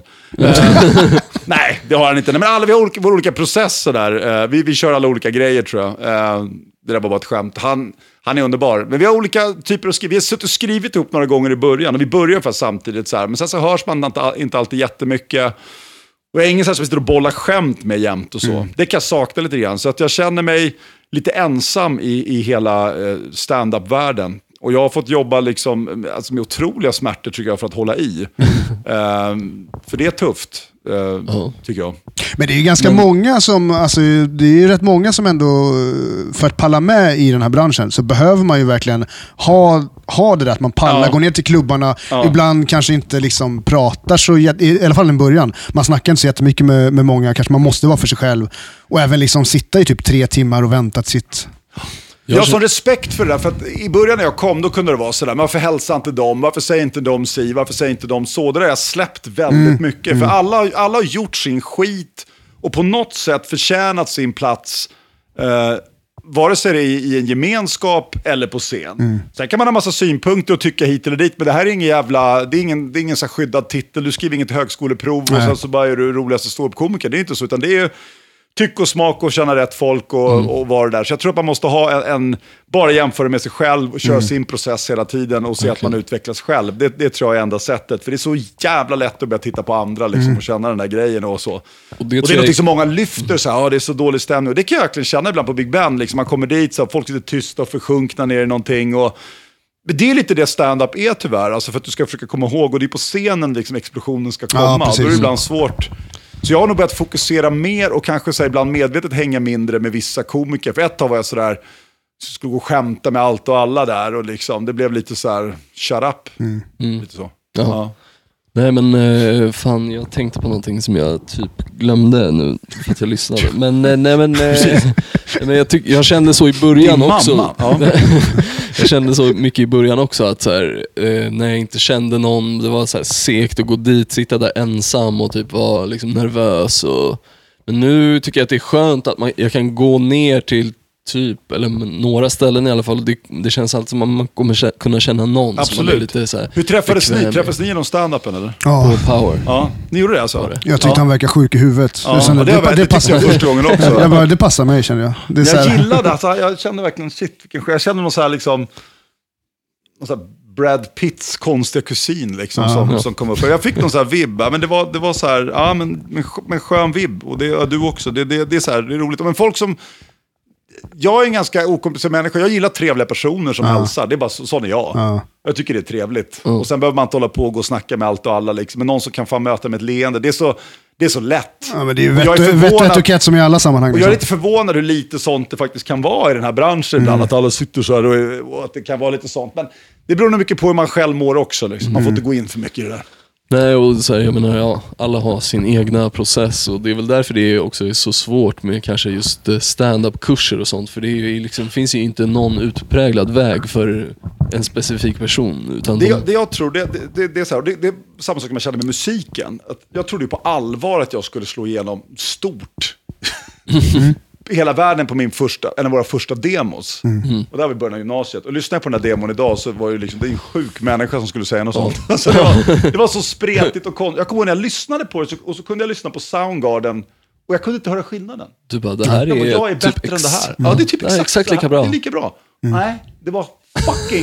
Nej, det har han inte. Nej, men alla vi har våra olika processer där. Vi kör alla olika grejer, tror jag. Det där var bara ett skämt. Han är underbar. Men vi har olika typer av skriv. Vi har suttit och skrivit ihop några gånger i början. Och vi börjar för samtidigt så här. Men sen så hörs man inte alltid jättemycket. Och jag är ingen som sitter och bollar skämt med jämt och så. Det kan jag sakna lite grann. Så att jag känner mig lite ensam i hela stand-up-världen. Och jag har fått jobba liksom, alltså med otroliga smärtor, tycker jag, för att hålla i. För det är tufft, tycker jag. Men det är ju ganska många som, alltså, det är ju rätt många som ändå, för att palla med i den här branschen, så behöver man ju verkligen ha det där att man pallar, gå ner till klubbarna, ibland kanske inte liksom pratar så, i alla fall i början. Man snackar inte så jättemycket med många, kanske man måste vara för sig själv. Och även liksom sitta i typ 3 timmar och vänta till sitt... Jag har sån respekt för det där, för att i början när jag kom då kunde det vara sådär, men varför hälsar inte dem, varför säger inte de si, varför säger inte de så? Det där har jag släppt väldigt mycket, för alla har gjort sin skit och på något sätt förtjänat sin plats, vare sig det är i en gemenskap eller på scen. Sen kan man ha massa synpunkter och tycka hit eller dit, men det här är ingen jävla, det är ingen så skyddad titel, du skriver inget högskoleprov och sen så bara är du roligaste ståuppkomiker, det är inte så, utan det är tyck och smak och känna rätt folk och vara där. Så jag tror att man måste ha bara jämföra med sig själv och köra sin process hela tiden och se att man utvecklas själv. Det tror jag är enda sättet. För det är så jävla lätt att börja titta på andra liksom, och känna den där grejen och så. Och det är något som många lyfter så här, det är så dålig stämning. Och det kan jag verkligen känna ibland på Big Ben. Liksom, man kommer dit så folk sitter tysta och försjunkna ner i någonting och det är lite det stand-up är tyvärr. Alltså för att du ska försöka komma ihåg och det är på scenen liksom explosionen ska komma. Då är det ibland svårt. Så jag har nog börjat fokusera mer och kanske så ibland medvetet hänga mindre med vissa komiker. För ett tag var jag sådär, skulle gå och skämta med allt och alla där och liksom, det blev lite så här shut up. Lite så. Ja. Nej men fan, jag tänkte på någonting som jag typ glömde nu för att jag lyssnade. Men jag kände så i början din också. Mamma. Ja. Jag kände så mycket i början också att så här, när jag inte kände någon, det var så här segt att gå dit, sitta där ensam och typ vara liksom nervös men nu tycker jag att det är skönt att jag kan gå ner till typ, eller några ställen i alla fall. Det känns alltid som att man kommer kunna känna någon. Absolut. Som är lite så här. Hur träffades ni? Träffades ni genom stand-upen eller? På Power. Ja, ni gjorde det alltså? Jag tyckte han verkar sjuk i huvudet. Det passade första gången också. Det passar mig, känner jag. Jag gillade alltså, jag kände verkligen jag kände någon så här liksom någon så här Brad Pitts konstiga kusin liksom, som kom upp. Jag fick någon så här vibb, men det var så här, men skön vibb, och det du också. Det är så här, det är roligt. Men folk som, jag är en ganska okomplicerad människa. Jag gillar trevliga personer som hälsar. Det är bara sån är jag. Jag tycker det är trevligt. Och sen behöver man inte hålla på och gå och snacka med allt och alla liksom. Men någon som kan få möta med ett leende. Det är så lätt. Ja, men det är ju vett och etikett som i alla sammanhang. Och jag är lite förvånad hur lite sånt det faktiskt kan vara i den här branschen. Ibland att alla sitter så här och att det kan vara lite sånt. Men det beror nog mycket på hur man själv mår också. Liksom. Man får inte gå in för mycket i det där. Nej, och så här, jag menar, alla har sin egna process och det är väl därför det också är så svårt med kanske just stand-up-kurser och sånt, för det är liksom, finns ju inte någon utpräglad väg för en specifik person. Utan det jag tror, det är så här, det är samma sak som jag kände med musiken. Att jag trodde ju på allvar att jag skulle slå igenom stort. Hela världen på en av våra första demos. Och där var vi början av gymnasiet. Och lyssnade jag på den här demon idag så var det liksom, det är en sjuk människa som skulle säga något sånt. Alltså det var så spretigt och konstigt. Jag kommer ihåg när jag lyssnade på det och så kunde jag lyssna på Soundgarden och jag kunde inte höra skillnaden. Du bara, det här jag är typ bättre än det här. Ja, det är typ exakt lika bra. Det är lika bra. Nej, det var fucking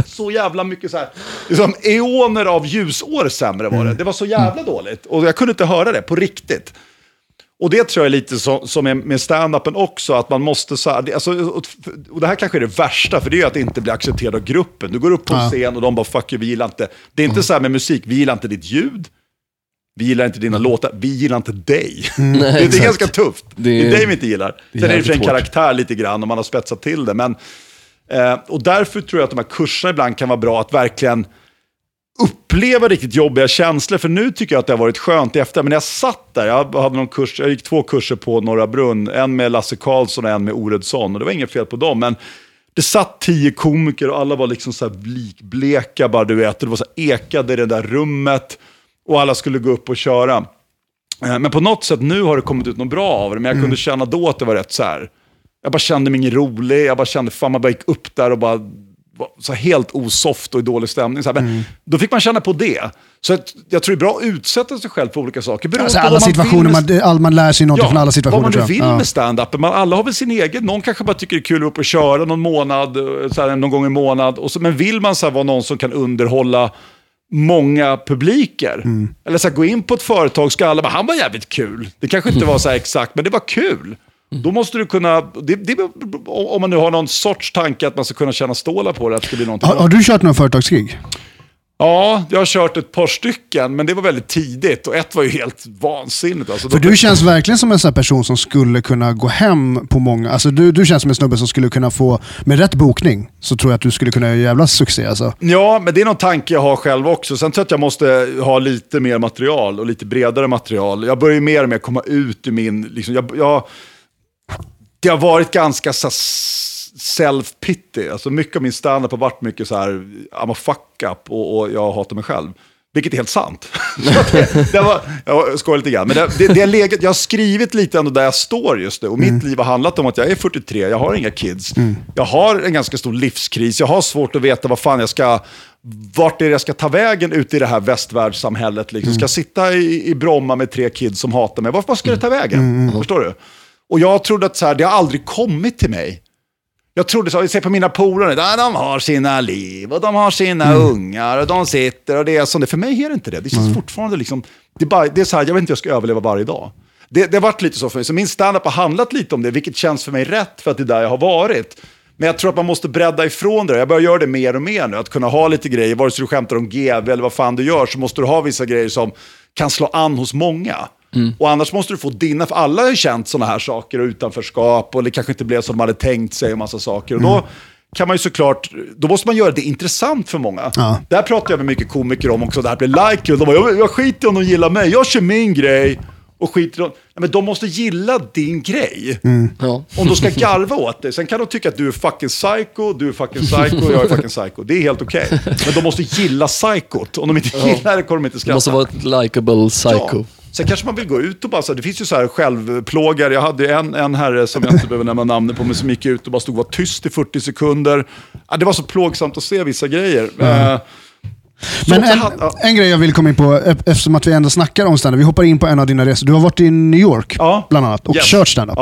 så jävla mycket så här, liksom eoner av ljusår sämre var det. Det var så jävla dåligt. Och jag kunde inte höra det på riktigt. Och det tror jag är lite som med stand-upen också, att man måste så här, alltså, och det här kanske är det värsta, för det är att inte bli accepterad av gruppen. Du går upp på en scen och de bara, fuck you, vi gillar inte. Det är inte så här med musik, vi gillar inte ditt ljud. Vi gillar inte dina låtar, vi gillar inte dig. Nej, det är ganska tufft. Det är dig vi inte gillar. Sen är det för en hårt. karaktär lite grann, om man har spetsat till det. Men, och därför tror jag att de här kurserna ibland kan vara bra att verkligen uppleva riktigt jobbiga känslor. För nu tycker jag att det har varit skönt i efter. Men när jag satt där, jag gick 2 kurser på Norra Brunn. En med Lasse Karlsson och en med Oredsson. Och det var inget fel på dem, men det satt 10 komiker och alla var liksom så här likbleka, bara du vet. Det var så här ekade i det där rummet. Och alla skulle gå upp och köra. Men på något sätt nu har det kommit ut något bra av det. Men jag kunde känna då att det var rätt så här. Jag bara kände mig ingen rolig. Jag bara kände, fan, man bara gick upp där och bara var så helt osoft och i dålig stämning. Så här. Men då fick man känna på det. Så jag tror det är bra att utsätta sig själv för olika saker. Alltså alla situationer, man lär sig något från alla situationer. Vad man nu vill med stand-up. Alla har väl sin egen. Någon kanske bara tycker det är kul att upp och köra någon månad. Så här, någon gång i månad. Och så, men vill man så här, vara någon som kan underhålla många publiker. Eller så här, gå in på ett företag, ska alla bara, han var jävligt kul. Det kanske inte var så här exakt, men det var kul. Då måste du kunna, om man nu har någon sorts tanke att man ska kunna tjäna stålar på det, att det blir någonting. Har du kört någon företagsgig? Ja, jag har kört ett par stycken, men det var väldigt tidigt och ett var ju helt vansinnigt. Alltså, för du känns verkligen som en sån här person som skulle kunna gå hem på många, alltså du känns som en snubbe som skulle kunna få, med rätt bokning, så tror jag att du skulle kunna göra jävla succé alltså. Ja, men det är någon tanke jag har själv också. Sen tror jag att jag måste ha lite mer material och lite bredare material. Jag börjar ju mer och mer komma ut ur min, liksom, det har varit ganska så self-pity. Alltså mycket av min stand-up har varit mycket så här, I'm a fuck up och jag hatar mig själv. Vilket är helt sant. Jag skojar lite grann. Men jag har skrivit lite ändå där jag står just nu. Och mitt liv har handlat om att jag är 43, jag har inga kids. Jag har en ganska stor livskris. Jag har svårt att veta vart är det jag ska ta vägen ut i det här västvärldssamhället. Liksom. Ska jag sitta i Bromma med 3 kids som hatar mig? Vad ska det ta vägen? Förstår du? Och jag trodde att så här, det har aldrig kommit till mig. Jag trodde så, jag ser på mina polare, de har sina liv och de har sina ungar och de sitter och det är som det. För mig är det inte det. Det känns fortfarande liksom, det är så här, jag vet inte, jag ska överleva varje dag. Det har varit lite så för mig. Så min stand-up har handlat lite om det, vilket känns för mig rätt för att det är där jag har varit. Men jag tror att man måste bredda ifrån det. Jag börjar göra det mer och mer nu. Att kunna ha lite grejer, vare sig du skämtar om GV eller vad fan du gör, så måste du ha vissa grejer som kan slå an hos många. Och annars måste du få dina, för alla har ju känt sådana här saker och utanförskap och det kanske inte blev som de hade tänkt sig och massa saker. Och då kan man ju såklart, då måste man göra det intressant för många. Där pratar jag med mycket komiker om också, det här blir like. De bara, jag skiter om de gillar mig, jag kör min grej och skiter om. Men de måste gilla din grej. Om de ska garva åt det. Sen kan de tycka att du är fucking psycho, jag är fucking psycho. Det är helt okej. Men de måste gilla psykot. Om de inte gillar det kommer de inte skratta. Det måste vara ett likable psycho. Ja. Sen kanske man vill gå ut och bara, så det finns ju så här självplågare. Jag hade en herre som jag inte behöver nämna namnet på, men som gick ut och bara stod och var tyst i 40 sekunder. Det var så plågsamt att se vissa grejer. Men en grej jag vill komma in på, eftersom att vi ändå snackar om stand-up. Vi hoppar in på en av dina resor. Du har varit i New York bland annat och kört stand-up.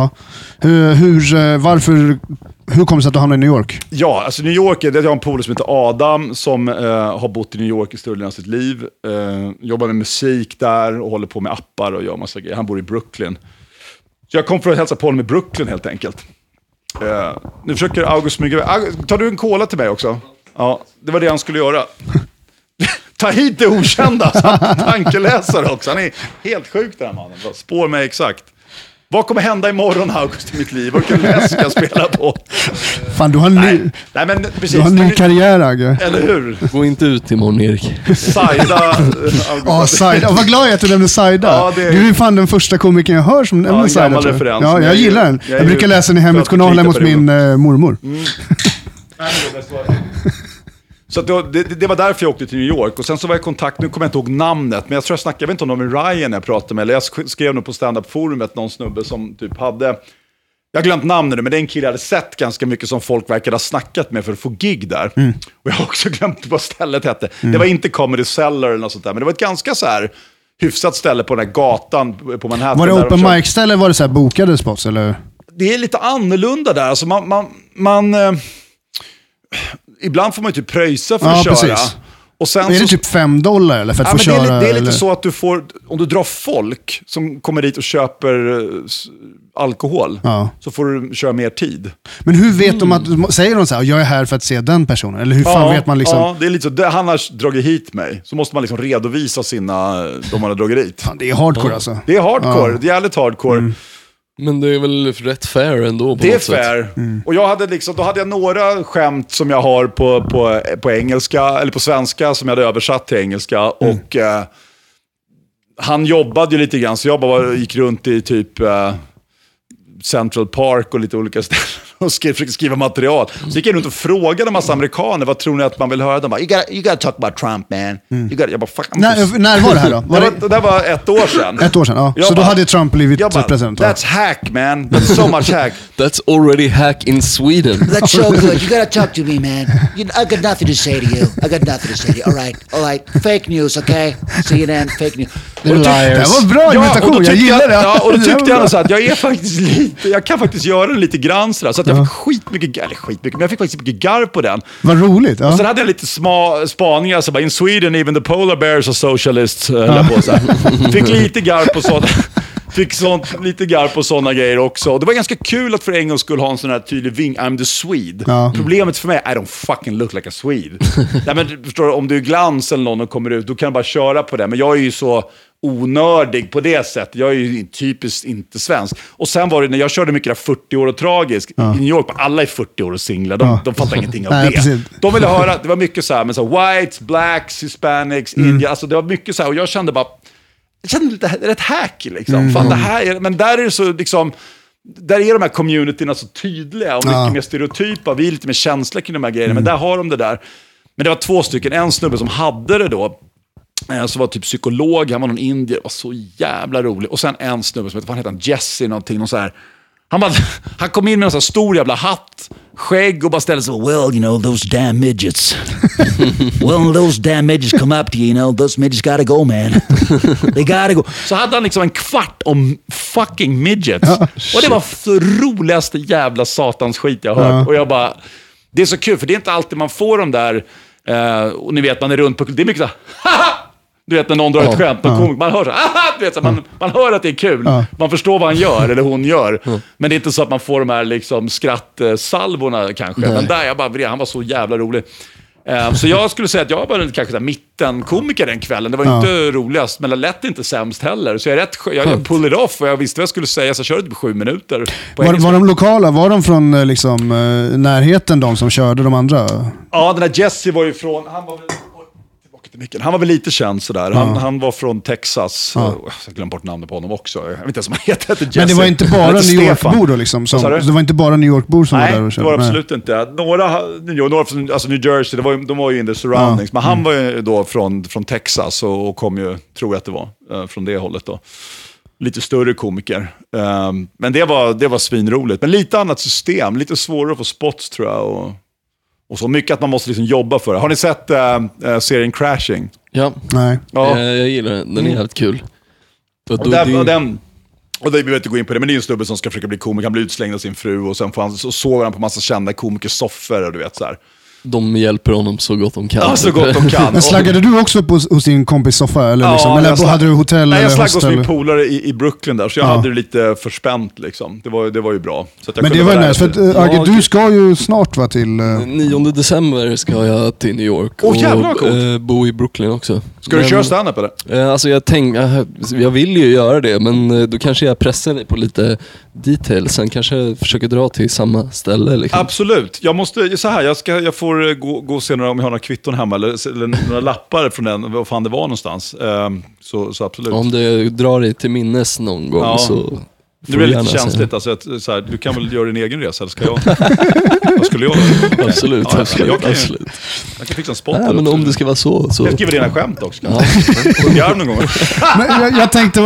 Hur kom det sig att du hamnade i New York? Ja, alltså New York, jag har en polare som heter Adam som har bott i New York i större delen av sitt liv. Jobbar med musik där och håller på med appar och gör massa grejer. Han bor i Brooklyn. Så jag kom för att hälsa på honom i Brooklyn helt enkelt. Nu försöker August smyga. Tar du en cola till mig också? Ja, det var det han skulle göra. Ta hit det okända, tankeläsare också. Han är helt sjuk den här mannen. Spår mig exakt. Vad kommer hända imorgon, August, i mitt liv? Vilken läs ska jag spela på? Fan, du har en ny karriär, Agge. Eller hur? Gå inte ut imorgon, Erik. Saida. Saida. Vad glad jag att du nämnde Saida. Ja, du är fan den första komikern jag hör som nämner Saida. Referens. Ja, jag gillar den. Jag brukar läsa den i hemmet journalen mot min mormor. Så det var därför jag åkte till New York. Och sen så var jag i kontakt, nu kommer jag inte ihåg namnet, men jag tror jag vet inte om det var med Ryan jag pratade med. Eller jag skrev nog på stand-up-forumet någon snubbe som typ hade, jag har glömt namnet nu, men det är en kille jag hade sett ganska mycket som folk verkade ha snackat med för att få gig där. Och jag har också glömt vad stället hette. Det var inte Comedy Cellar eller något sånt där, men det var ett ganska så här hyfsat ställe på den här gatan på Manhattan. Var det open mic-ställe eller var det så här bokade spots eller? Det är lite annorlunda där, alltså ibland får man ju typ pröjsa för att köra. Precis. Och sen är det typ $5 eller för att få köra? Det är lite så att du får, om du drar folk som kommer dit och köper alkohol, så får du köra mer tid. Men hur vet de att, säger de så här, jag är här för att se den personen? Eller hur fan vet man liksom? Ja, det är lite så, han har dragit hit mig. Så måste man liksom redovisa de man har dragit dit. Fan, det är hardcore alltså. Det är hardcore, det är jävligt hardcore. Men det är väl rätt fair ändå på det något sätt. Det är fair. Och jag hade liksom, då hade jag några skämt som jag har på engelska, eller på svenska, som jag hade översatt till engelska. Och han jobbade ju lite grann, så jag bara gick runt i typ Central Park och lite olika ställen och försökte skriva material. Så gick jag runt och frågade en massa amerikaner, vad tror ni att man vill höra? De bara, you gotta talk about Trump, man. Jag bara, fuck. När var det här då? Det var 1 år sedan. 1 år sedan, ja. Så då hade Trump blivit president. That's hack, man. That's so much hack. That's already hack in Sweden. That's so good. You gotta talk to me, man. I got nothing to say to you. All right. Fake news, okay? See you then. Fake news. Det var bra imitation, jag gillar det. Ja, och då tyckte jag så att jag är faktiskt jag kan faktiskt göra den lite grann så att jag fick skitmycket, men jag fick faktiskt mycket garv på den. Vad roligt. Ja. Och sen hade jag lite spaningar, så bara, in Sweden even the polar bears are socialists, på så här. Fick lite garv på sådana. Lite garv på sådana grejer också. Och det var ganska kul att för en gång skulle ha en sån här tydlig ving, I'm the Swede. Ja. Problemet för mig är I don't fucking look like a Swede. Nej, men förstår du, om du är glans eller någon och kommer ut, då kan du bara köra på det. Men jag är ju så onördig på det sättet. Jag är ju typiskt inte svensk. Och sen var det när jag körde mycket 40 år och tragisk i New York, alla är 40 år och singlar. De fattar ingenting av det. Precis. De ville höra, det var mycket så här, men så whites, blacks, hispanics, India. Alltså det var mycket så här, och jag kände lite rätt hack liksom. Fan, det här men där är det så liksom, där är de här communityna så tydliga och mycket mer stereotypa. Vi är lite mer känsliga kring de här grejerna, men där har de det där. Men det var 2 stycken, en snubbe som hade det då, som var typ psykolog, han var någon indier, var så jävla rolig. Och sen en snubbe som heter Jesse någonting, och så här. Han kom in med en sån här stor jävla hatt, skägg, och bara ställde sig, well, you know, those damn midgets. Well, those damn midgets come up to you, you know, those midgets gotta go, man. They gotta go. Så hade han liksom en kvart om fucking midgets. Och det var för roligaste jävla satans skit jag hört. Och jag bara, det är så kul, för det är inte alltid man får dem där, och ni vet, man är runt på, det är mycket så här, du vet när någon drar ett skämt, man hör så, du vet, så man hör att det är kul. Man förstår vad han gör eller hon gör. Men det är inte så att man får de här liksom skrattsalvorna kanske. Nej. Men där jag bara, han var så jävla rolig. Så jag skulle säga att jag var kanske så här mittenkomiker den kvällen. Det var inte roligast, men det lät inte sämst heller. Så jag pulled it off och jag visste vad jag skulle säga, så jag körde typ 7 minuter. Var de lokala? Var de från liksom, närheten, de som körde de andra? Ja, den där Jesse var ju från, han var väl lite känd sådär. Han var från Texas. Jag glömde bort namnet på honom också. Jag vet inte ens om han heter Jesse. Men det var inte bara New York-bor då liksom? Det var inte bara New York-bor som var där och körde? Nej, det var absolut inte. Några från alltså New Jersey, de var ju in the surroundings. Men han var ju då från Texas och kom ju, tror jag att det var, från det hållet då. Lite större komiker. Men det var svinroligt. Men lite annat system. Lite svårare att få spots, tror jag. Och så mycket att man måste liksom jobba för det. Har ni sett serien Crashing? Ja. Nej. Jag gillar den. Den är jävligt kul. Och det behöver inte gå in på det, men det är en snubbe som ska försöka bli komiker. Han blir utslängd av sin fru och sen såg han på massa kända komikers soffor och du vet så här. De hjälper honom så gott de kan. Ja, så gott de kan. Men slaggade du också hos din kompis soffa? Eller, liksom? Eller hade du hotell? Nej, jag slaggade hos min polare i Brooklyn där. Så jag hade det lite förspänt liksom. Det var ju bra. Så att jag men det var nice, för att Agge, du ska ju snart vara till... 9 december ska jag till New York. Och bo i Brooklyn också. Ska du köra stand-up eller? Alltså jag vill ju göra det, men då kanske jag pressar dig på lite detail. Sen kanske försöker dra till samma ställe. Liksom. Absolut. Jag måste, så här, jag får gå och se om jag har några kvitton hemma eller några lappar från den, vad fan det var någonstans. Så absolut. Om du drar dig till minnes någon gång så... Det blir lite känsligt, alltså, så här, du kan väl göra din egen resa, eller ska jag? Vad skulle jag göra? Absolut, jag kan fixa en spot. Men om det ska vara så... Jag skriver dina skämt också. Garv någon gång. Men jag tänkte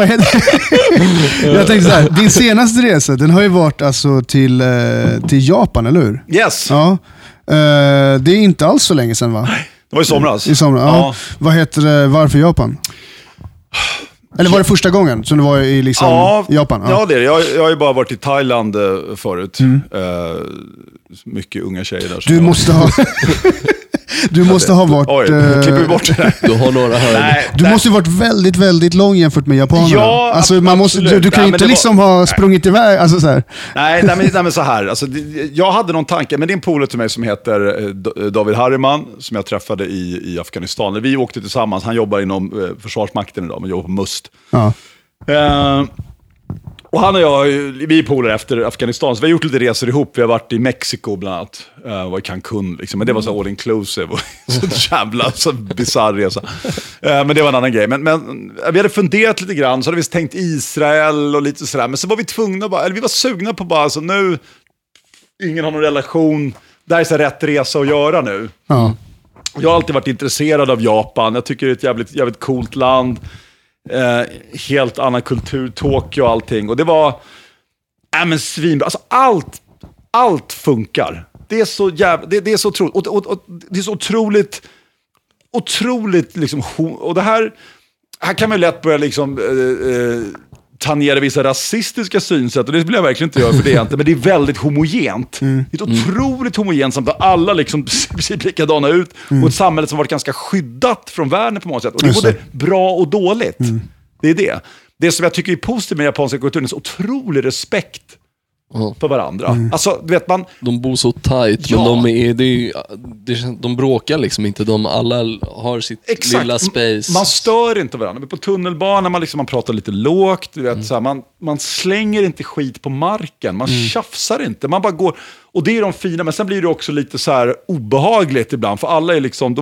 så här, din senaste resa, den har ju varit alltså till Japan, eller hur? Yes. Ja. Det är inte alls så länge sedan, va? Det var i somras. Ja. Vad heter det? Varför Japan? Eller var det första gången som du var i liksom Japan? Ja, det är det. Jag har ju bara varit i Thailand förut. Mycket unga tjejer där. Du måste ha... Du måste ha varit... Oj, klipper vi bort det där. Du har några här. Du måste ju varit väldigt, väldigt lång jämfört med japanerna. Ja, alltså, man måste, du kan ju inte liksom ha sprungit iväg. Alltså, så här. Nej, men så här. Alltså, jag hade någon tanke, men det är en polare till mig som heter David Harriman, som jag träffade i Afghanistan. Vi åkte tillsammans. Han jobbar inom Försvarsmakten idag, men jobbar på MUST. Ja. Och han och jag, vi är polare efter Afghanistan, så vi har gjort lite resor ihop. Vi har varit i Mexiko bland annat, var i Cancun liksom. Men det var så all inclusive och så jävla så bizarr resa. Men det var en annan grej. Men vi hade funderat lite grann, så hade vi tänkt Israel och lite sådär. Men så var vi tvungna bara, eller vi var sugna på bara, alltså nu, ingen har någon relation. Det här är så rätt resa att göra nu. Ja. Jag har alltid varit intresserad av Japan. Jag tycker det är ett jävligt coolt land. Helt annan kultur, Tokyo och allting. Och det var men svinbra. Alltså allt funkar. Det är så jävla, det är så otroligt. Och det är så otroligt liksom, och det här kan man ju lätt börja liksom tangera vissa rasistiska synsätt, och det vill jag verkligen inte göra för det inte, men det är väldigt homogent. Det är ett otroligt homogent samt att alla liksom ser likadana ut, och ett samhälle som varit ganska skyddat från världen på många sätt, och det är både bra och dåligt. Det är det som jag tycker är positivt med japanska kulturen, är så otrolig respekt för varandra. Alltså, du vet man... De bor så tight, men de bråkar liksom inte. Alla har sitt lilla space. Man stör inte varandra. På tunnelbanan man pratar lite lågt. Du vet, så här, man slänger inte skit på marken. Man tjafsar inte. Man bara går... Och det är de fina, men sen blir det också lite så här obehagligt ibland. För alla är liksom...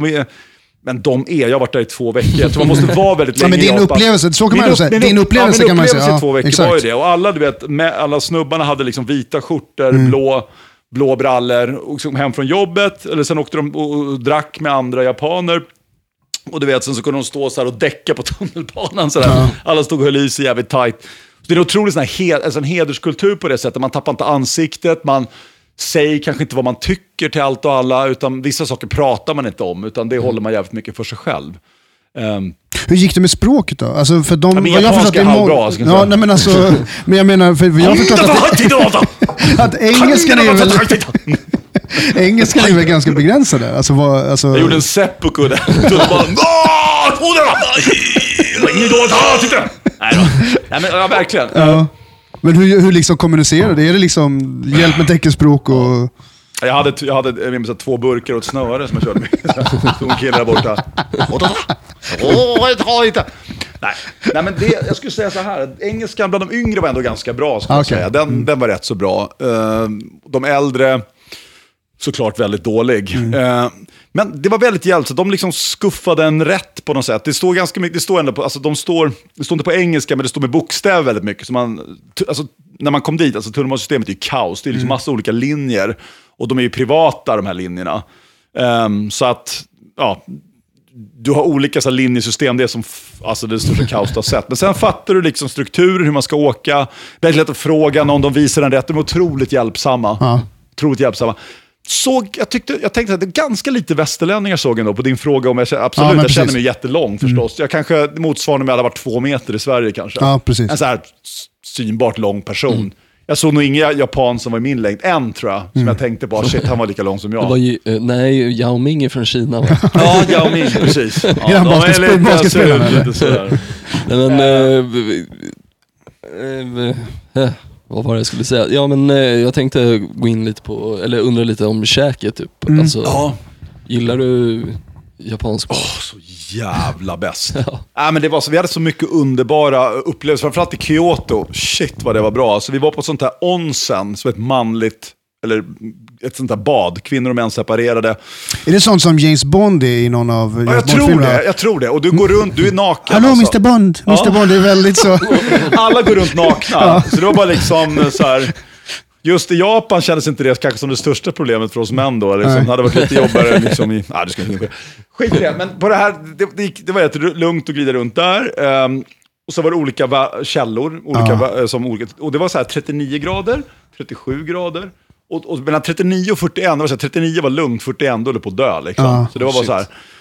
jag har varit där i 2 veckor. Jag tror man måste vara väldigt länge. Men din upplevelse, så kan man säga. Din upplevelse kan man säga. I 2 veckor var ju det. Och alla, du vet, alla snubbarna hade liksom vita skjortor, blå brallor, och kom hem från jobbet. Eller sen åkte de och drack med andra japaner. Och du vet, sen så kunde de stå så här och däcka på tunnelbanan. Så där. Alla stod och höll i sig jävligt tight. Så det är en otrolig en hederskultur på det sättet. Man tappar inte ansiktet, man säger kanske inte vad man tycker till allt och alla, utan vissa saker pratar man inte om, utan det håller man jävligt mycket för sig själv. Hur gick det med språket då? Alltså för de, men japanska är halvbra. Ja, nej, men alltså, men jag menar, för jag har förstått att engelskan är väl... Engelskan är väl ganska begränsade. Alltså, jag gjorde en seppuku där. Nej, men ja, verkligen. Ja. Men hur liksom kommunicerar det? Är det liksom hjälp med teckenspråk och... Jag hade 2 burkar och ett snöre som jag körde med. Stod en kille där borta. Nej, men jag skulle säga så här. Engelskan bland de yngre var ändå ganska bra, skulle jag säga. Den var rätt så bra. De äldre, såklart väldigt dålig. Men det var väldigt hjälpsamt. De liksom skuffade en rätt på något sätt. Det står ganska mycket, det står ändå på, alltså det står inte på engelska, men det står med bokstäver väldigt mycket. Så när man kom dit, alltså tunnelbanesystemet är ju kaos. Det är liksom massa olika linjer. Och de är ju privata, de här linjerna. Så att, du har olika så här, linjesystem. Det är som alltså det största kaos du har sett. Men sen fattar du liksom strukturer, hur man ska åka. Väldigt lätt att fråga någon, de visar en rätt. De är otroligt hjälpsamma. Otroligt hjälpsamma. Jag tänkte att det är ganska lite västerlänningar såg ändå på din fråga om jag känner mig jättelång förstås. Jag kanske motsvarar med att jag hade varit 2 meter i Sverige kanske. Ja, precis. En så här synbart lång person. Jag såg nog ingen japan som var i min längd. En tror jag, som jag tänkte på. Shit, han var lika lång som jag. Det var ju, Yao Ming är från Kina, va? Ja, Yao Ming, precis. Ja, basketspelare. Vad var det jag skulle säga? Ja, men jag tänkte gå in lite på, eller undra lite om käket typ. Alltså, gillar du japansk mat? Så jävla bäst. Men det var så, vi hade så mycket underbara upplevelser, framförallt i Kyoto. Shit vad det var bra. Alltså, vi var på sånt här onsen, som ett manligt, eller ett sånt där bad, kvinnor och män separerade. Är det sånt som James Bond är i någon av jag tror det. Och du går runt, du är naken. Hallå alltså. Mr. Bond. Mr. Bond är väldigt så... Alla går runt nakna. Så det var bara liksom så här... Just i Japan kändes inte det kanske som det största problemet för oss män då. Liksom. Det hade varit lite jobbigare liksom i... det ska inte skit i det. Men på det här, det var jätte lugnt att glida runt där. Och så var det olika källor. Och det var så här 39 grader, 37 grader. Och mellan 39 och 41, 39 var lugnt, 41 då höll på att dö liksom. Så det var bara så här.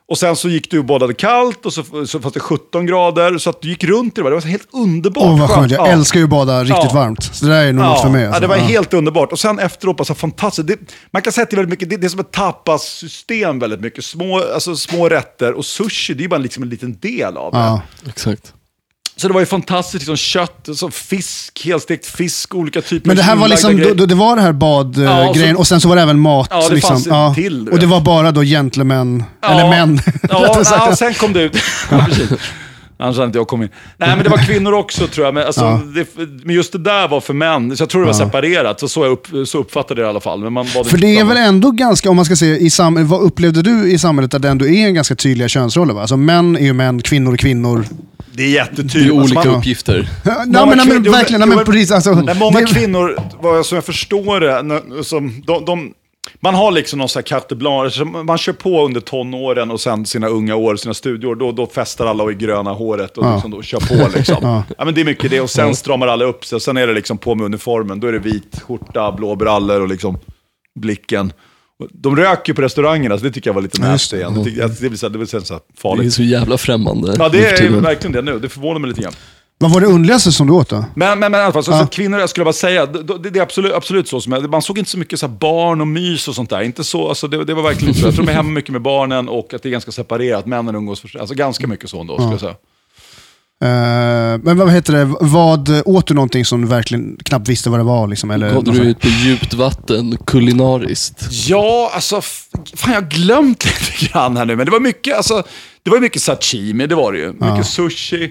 Och sen så gick du och badade kallt och så fanns det 17 grader så att du gick runt i det var så helt underbart. Vad skönt, jag älskar ju att bada riktigt varmt. Så det där är nog något för mig. Alltså. Ja, det var helt underbart. Och sen efteråt, alltså fantastiskt. Man kan säga att det är väldigt mycket, det är som ett tapas-system väldigt mycket. Små rätter och sushi, det är bara liksom en liten del av det. Ja, exakt. Så det var ju fantastiskt, liksom kött, så fisk, helstekt fisk, olika typer. Men det här var liksom, det var det här badgrejen och sen så var det även mat. Ja, det liksom. fanns till. Och det var bara då gentlemen, eller män. Ja, sen kom det ut. Annars hade inte jag kommit in. Nej, men det var kvinnor också tror jag. Men, alltså, men just det där var för män. Så jag tror det var separerat. Så uppfattade jag det i alla fall. Men man för det är väl ändå ganska, om man ska se, vad upplevde du i samhället att det ändå är en ganska tydliga könsroller? Va? Alltså män är ju män, kvinnor är kvinnor. Det är jättetydligt. Det är olika uppgifter. Men verkligen. Precis, alltså, många kvinnor, som jag förstår det, som man har liksom någon sån här carte blanche, man kör på under tonåren och sen sina unga år, sina studier, då festar alla och i gröna håret och liksom då kör på liksom. Ja, men det är mycket det och sen stramar alla upp sig och sen är det liksom på med uniformen, då är det vit skjorta, blå brallor och liksom blicken. De röker på restaurangerna, så det tycker jag var lite näst igen. Det blir så farligt. Det är så jävla främmande. Ja, det är verkligen det nu. Det förvånar mig lite grann. Vad var det underligaste som du åt då? Men i alla fall, så kvinnor, jag skulle bara säga, det är absolut så. Man såg inte så mycket så här barn och mys och sånt där. Inte så, alltså det var verkligen inte så. Jag tror de är hemma mycket med barnen och att det är ganska separerat. Männen umgås för sig. Alltså ganska mycket så ändå, skulle jag säga. Men vad heter det? Åt du någonting som du verkligen knappt visste vad det var? Liksom, eller gådde du ut på djupt vatten kulinariskt? Ja, alltså fan, jag har glömt lite grann här nu. Men det var mycket, alltså, det var mycket sashimi, det var det ju. Mycket sushi.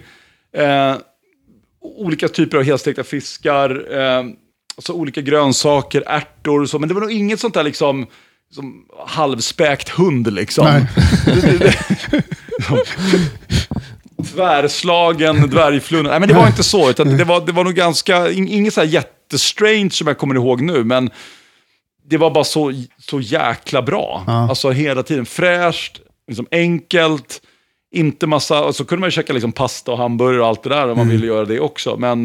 Olika typer av helstekta fiskar, alltså olika grönsaker, ärtor och så, men det var nog inget sånt där liksom som halvspäkt hund liksom. Tvärslagen dvärgflunna. Nej, men det var inte så, utan det var nog ganska inget så här jättestrange som jag kommer ihåg nu, men det var bara så jäkla bra. Alltså hela tiden fräscht, liksom enkelt. Inte massa, så kunde man ju käka liksom pasta och hamburgare och allt det där om man ville göra det också. Men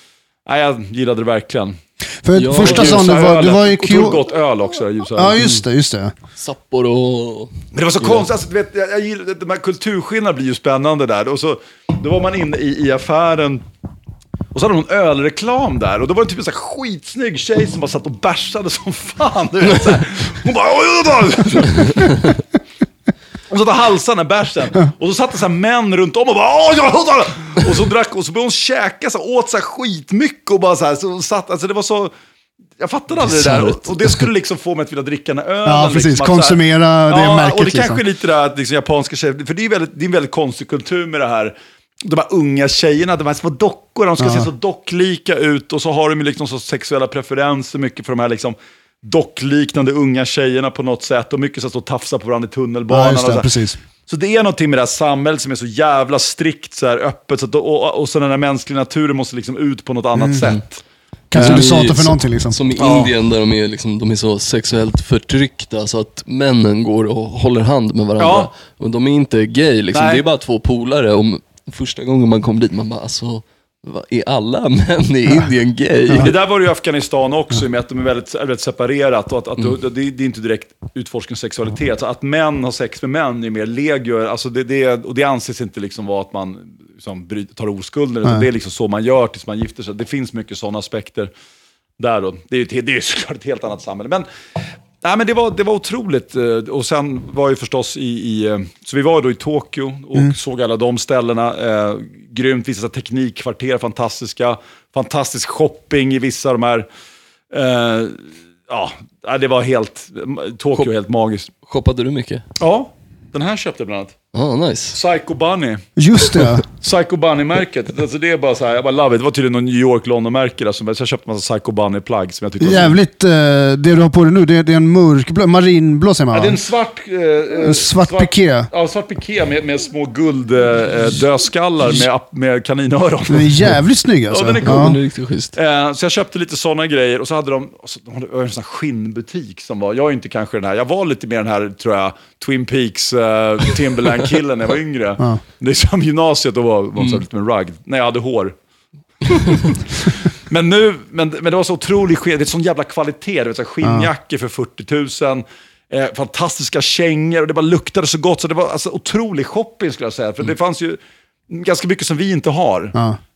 jag gillade det verkligen. För första sån det var ju kul. Gott öl också. Ja, just det. Sapporo. Men det var så konstigt. Alltså, du vet, jag gillar, de här kulturskillnaderna blir ju spännande där. Och så, då var man inne i affären. Och så hade de en ölreklam där. Och då var det typ en sån här skitsnygg tjej som bara satt och bärsade som fan. Du vet, så här. Hon bara... Och så tog halsarna bärsen. Och så satt det så här män runt om och bara... Och så drack, och så började hon käka så åt så här skitmycket och bara så här. Så satt, alltså det var så... Jag fattade aldrig det där. Och det skulle liksom få mig att vilja dricka den ölen. Ja, precis. Liksom, konsumera det märket. Och det kanske är lite där att liksom, japanska tjejer... För det är en väldigt konstig kultur med det här. De här unga tjejerna, de här små dockor, de ska se så docklika ut. Och så har de liksom så sexuella preferenser mycket för de här liksom... dockliknande unga tjejerna på något sätt och mycket så tafsa på varandra i tunnelbanan. Ja, just det, precis. Så det är någonting med det här samhället som är så jävla strikt så här öppet så att, och så den här mänskliga naturen måste liksom ut på något annat sätt. Katalysata för någonting liksom. Som i Indien där de är så sexuellt förtryckta så att männen går och håller hand med varandra. Ja. Och de är inte gay liksom. Det är bara två polare. Om första gången man kom dit man bara alltså... Är alla män i Indien gay? Det där var det i Afghanistan också med att de är väldigt separerat och att det är inte direkt utforskning sexualitet. Så att män har sex med män är mer legio. Alltså och det anses inte liksom vara att man liksom tar oskulden. Det är liksom så man gör tills man gifter sig. Det finns mycket sådana aspekter där då. Det är såklart ett helt annat samhälle. Men det var otroligt. Och sen var ju förstås så vi var då i Tokyo och såg alla de ställena. Grymt, vissa teknikkvarter, fantastisk shopping i vissa av de här. Det var Tokyo helt magiskt. Shoppade du mycket? Ja, den här köpte jag bland annat. Nice. Psycho Bunny. Just det. Psycho Bunny-märket. Alltså det är bara så här, jag bara love it. Det var tydligen någon New York-London-märke. Så jag köpte en massa Psycho Bunny-plagg som jag tyckte var jävligt, det du har på dig nu, det är en mörkblå, marinblå säger man. Ja, det är en svart piké. Ja, svart piké med små gulddödskallar med kaninöron. Den är jävligt snygg alltså. Ja, den är cool. Den är riktigt schysst. Så jag köpte lite sådana grejer och så hade de en sån här skinnbutik som var, jag är inte kanske den här, jag var lite mer den här, tror jag, Twin Peaks Timberland-killen när jag var yngre. Det är som gymnasiet, då var man så lite med ragg när jag hade hår. men det var så otroligt det är sån jävla kvalitet, det var så skinnjackor för 40 000. fantastiska kängor och det bara luktade så gott så det var alltså otrolig shopping skulle jag säga. För det fanns ju ganska mycket som vi inte har.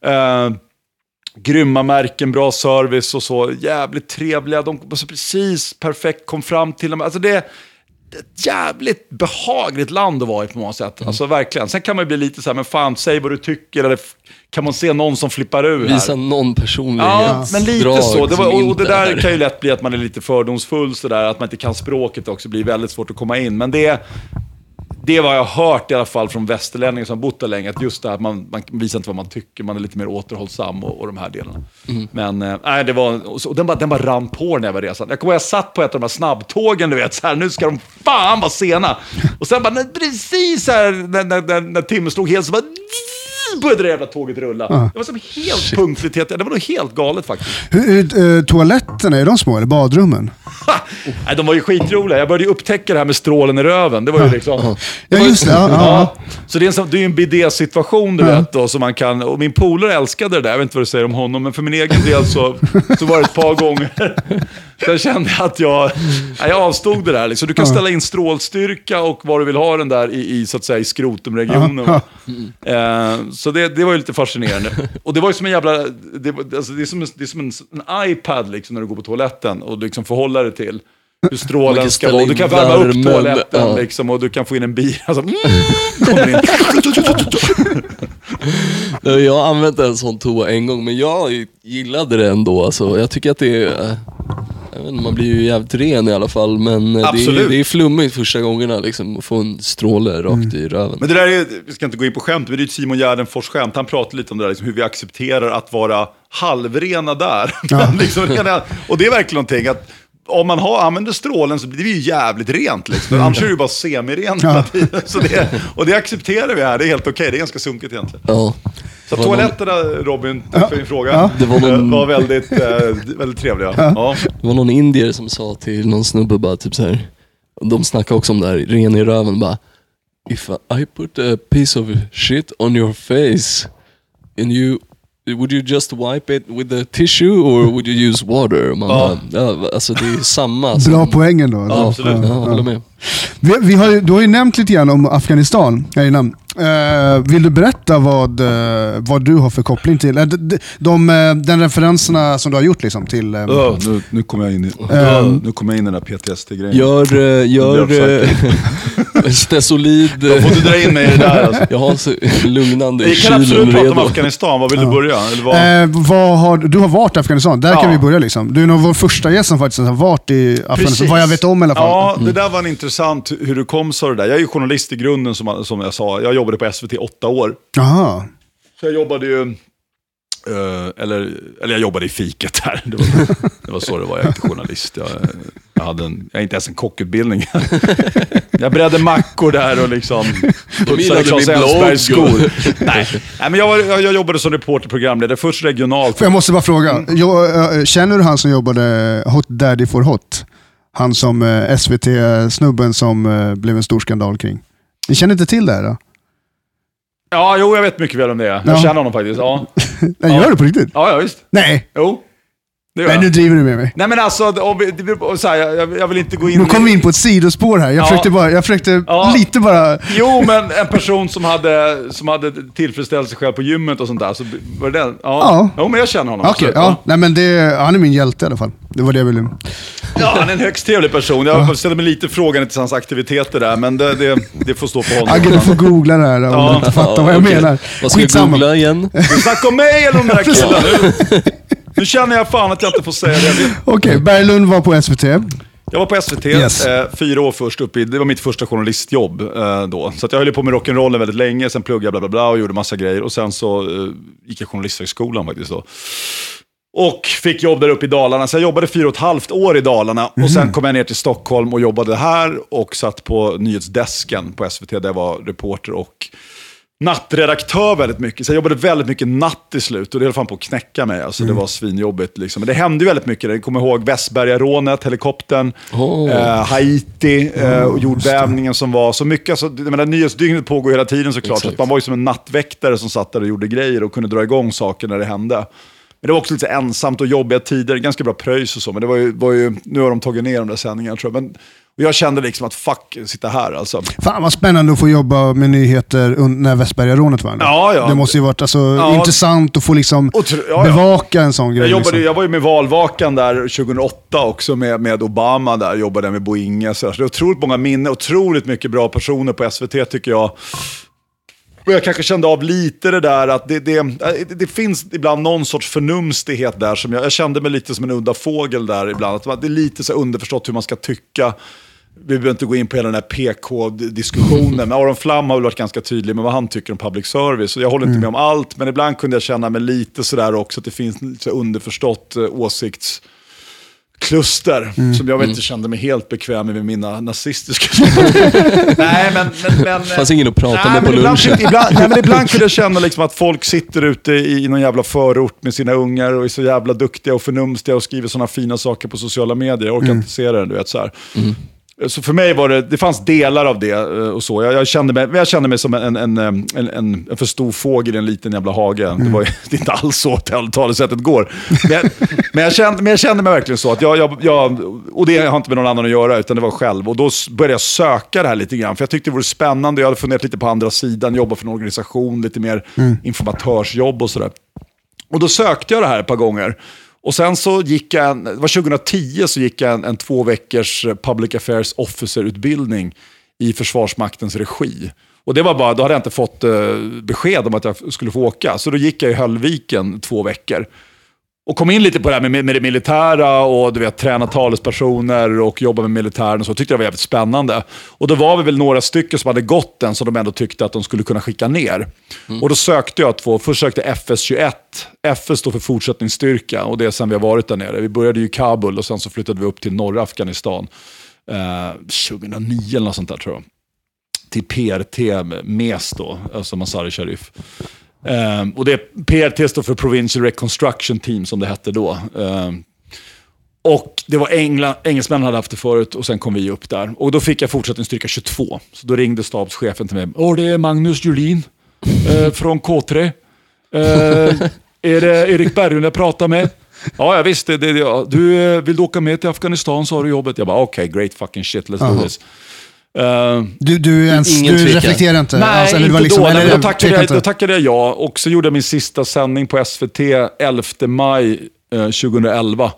Grymma märken, bra service och så, jävligt trevliga, de var så precis perfekt kom fram till dem. Alltså det är ett jävligt behagligt land att vara i på många sätt. Alltså verkligen. Sen kan man ju bli lite så här, men fan, säg vad du tycker, eller kan man se någon som flippar ur här? Visa någon personlighet. Ja, men lite så. Och det där kan ju lätt bli att man är lite fördomsfull så där, att man inte kan språket också blir väldigt svårt att komma in. Men det var jag hört i alla fall från västerlänningar som bott där länge, att just det här, man visar inte vad man tycker, man är lite mer återhållsam och de här delarna. Men nej, det var, och den bara rann på när jag var resan. Jag kommer jag satt på ett av de här snabbtågen, du vet, så här, nu ska de fan vara sena. Och sen bara, precis här, när timmen stod helt så bara började det jävla tåget rulla. Det var som helt punktligt. Det var nog helt galet faktiskt. Toaletterna, är de små eller badrummen? Nej, de var ju skitroliga. Jag började ju upptäcka det här med strålen i röven. Det var ju liksom... Ja, just det. Ja. Så det är ju en bidé-situation, du vet. Då, så man kan, och min polare älskade det där. Jag vet inte vad du säger om honom. Men för min egen del så var det ett par gånger. Så jag kände att jag avstod det där. Liksom. Du kan ställa in strålstyrka och vad du vill ha den där i så att säga, i skrotumregionen. Så det var ju lite fascinerande. Och det var ju som en jävla... Det är som en iPad liksom, när du går på toaletten och liksom förhåller det till hur strålen ska vara. Du kan värma upp toaletten liksom, och du kan få in en bil. Alltså, kommer in. Jag har använt en sån toa en gång, men jag gillade det ändå. Alltså, jag tycker att det är... Man blir ju jävligt ren i alla fall, men det är flummigt första gångerna liksom, att få en stråle rakt i röven. Men det där är, vi ska inte gå in på skämt, men det är ju Simon Gärdenfors skämt. Han pratar lite om det där, liksom, hur vi accepterar att vara halvrena där. Liksom, och det är verkligen någonting att om man använder strålen så blir det ju jävligt rent liksom. Annars är det ju bara semirent hela tiden. Och det accepterar vi här, det är helt okej. Det är ganska sunkigt egentligen. Ja. Så toaletterna, Robin, tack för din fråga. Det var väldigt, väldigt trevliga. Ja. Det var någon indier som sa till någon snubbe bara typ så här. De snackade också om det här, ren i röven bara. If I put a piece of shit on your face and would you just wipe it with a tissue or would you use water? Man bara, alltså det är samma. Bra poängen då. Ja, absolut. Ja, håller med. Du har ju nämnt lite grann om Afghanistan här innan. Vill du berätta vad du har för koppling till? Den referenserna som du har gjort liksom till... Nu kommer jag in i den där PTSD-grejen. Gör Stesolid. Då får du dra in mig i det där. Alltså. Jag har så lugnande kylen redo. Vi kan absolut prata om Afghanistan. Vad vill du börja? Eller du har varit i Afghanistan. Där kan vi börja liksom. Du är nog vår första gäst som faktiskt har varit i Afghanistan. Precis. Vad jag vet om i alla fall. Ja, det där var en intressant hur du kom så det där. Jag är ju journalist i grunden som jag sa. Jag jobbade på SVT 8 år. Aha. Så jag jobbade ju eller jag jobbade i fiket här. Det var så det var. Jag är inte journalist. Jag hade inte ens en kockutbildning. Jag bredde mackor där och liksom putsade Claes Elfsbergs skor. Nej, men jag jobbade som reporterprogramledare. Först regionalt. Jag måste bara fråga. Känner du han som jobbade Hot Daddy for Hot? Han som SVT-snubben som blev en stor skandal kring. Ni känner inte till det här då? Ja, jo, jag vet mycket väl om det. Jag känner honom faktiskt, ja. Nej, gör du på riktigt? Ja, visst. Nej. Jo. Nej, nu driver du med mig. Nej, men alltså, jag vill inte gå in... Nu kommer vi in på ett sidospår här. Jag försökte lite bara... Jo, men en person som hade tillfredsställt sig själv på gymmet och sånt där, så var det den? Ja. Jo, men jag känner honom. Okej, nej, men han är min hjälte i alla fall. Det var det jag ville... Ja, han är en högst trevlig person. Jag ställer mig lite frågan till hans aktiviteter där, men det får stå på honom. Agge, du får googla det här om du inte fattar vad jag menar. Vad ska jag googla igen? Du snackar om mig eller om den här killen? Nu känner jag fan att jag inte får säga det. Okej, Berglund var på SVT. Jag var på SVT 4 år först det var mitt första journalistjobb då. Så att jag höll på med rock'n'rollen väldigt länge, sen pluggade jag bla bla bla och gjorde massa grejer. Och sen så gick jag journalisthögskolan faktiskt då. Och fick jobb där uppe i Dalarna. Så jag jobbade 4,5 år i Dalarna. Och sen kom jag ner till Stockholm och jobbade här. Och satt på nyhetsdesken på SVT där jag var reporter och nattredaktör väldigt mycket. Så jag jobbade väldigt mycket natt i slut. Och det höll fan på att knäcka mig. Alltså det var svinjobbigt liksom. Men det hände ju väldigt mycket. Jag kommer ihåg Västberga-rånet, helikoptern, Haiti och jordbävningen som var så mycket. Alltså, nyhetsdygnet pågår hela tiden såklart. Så att man var ju som en nattväktare som satt där och gjorde grejer och kunde dra igång saker när det hände. Men det var också lite ensamt och jobbiga tider. Ganska bra pröjs och så. Men det var ju nu har de tagit ner de där sändningarna tror jag. Och jag kände liksom att fuck, sitta här alltså. Fan vad spännande att få jobba med nyheter när Västberga-rånet var. Ja. Det måste ju varit intressant att få liksom bevaka en sån grej. Jag var ju med valvakan där 2008 också med Obama där. Jobbade med Boinge. Så det är otroligt många minnen, otroligt mycket bra personer på SVT tycker jag. Och jag kanske kände av lite det där att det finns ibland någon sorts förnumstighet där som jag kände mig lite som en udda fågel där ibland. Att det är lite så underförstått hur man ska tycka. Vi behöver inte gå in på hela den här PK-diskussionen. Men Aron Flam har väl varit ganska tydlig med vad han tycker om public service. Och jag håller inte med om allt, men ibland kunde jag känna mig lite sådär också att det finns lite underförstått åsiktskluster som jag inte kände mig helt bekväm med mina nazistiska. Nej, men det fanns ingen att prata med på lunchen. Ibland kunde jag känna liksom att folk sitter ute i någon jävla förort med sina ungar och är så jävla duktiga och förnumstiga och skriver såna fina saker på sociala medier. Jag orkar inte se det, du vet så här. Så för mig var det fanns delar av det och så. Jag kände mig som en för stor fågel i en liten jävla hage. Det är inte alls så talesättet går. Men jag kände mig verkligen så att jag och det har inte med någon annan att göra utan det var själv. Och då började jag söka det här lite grann. För jag tyckte det vore spännande. Jag hade funderat lite på andra sidan. Jobba för en organisation, lite mer informatörsjobb och sådär. Och då sökte jag det här ett par gånger. Och sen så gick jag, det var 2010 så gick jag en 2 veckors Public Affairs Officer-utbildning i Försvarsmaktens regi. Och det var bara, då hade jag inte fått besked om att jag skulle få åka. Så då gick jag i Höllviken 2 veckor. Och kom in lite på det här med det militära och du vet, träna talespersoner och jobba med militären och så. Tyckte det var jävligt spännande. Och då var vi väl några stycken som hade gått den som de ändå tyckte att de skulle kunna skicka ner. Och då sökte jag 2. Först sökte FS21. FS står för fortsättningsstyrka och det är sen vi har varit där nere. Vi började ju i Kabul och sen så flyttade vi upp till norra Afghanistan. 2009 eller något sånt där tror jag. Till PRT MES då, alltså Mazar-e Sharif. Och det PRT står för Provincial Reconstruction Team som det hette då. Och det var engelsmännen hade haft det förut och sen kom vi upp där. Och då fick jag fortsättningsstyrka 22. Så då ringde stabschefen till mig. Det är Magnus Julin från K3. Är det Erik Berglund jag pratar med? Ja, jag visste det. Du vill åka med till Afghanistan så har du jobbet. Jag bara, okay, great fucking shit, let's do this. Du reflekterar inte? Nej, alltså, inte liksom, då tackade jag ja. Och så gjorde jag min sista sändning på SVT 11 maj 2011.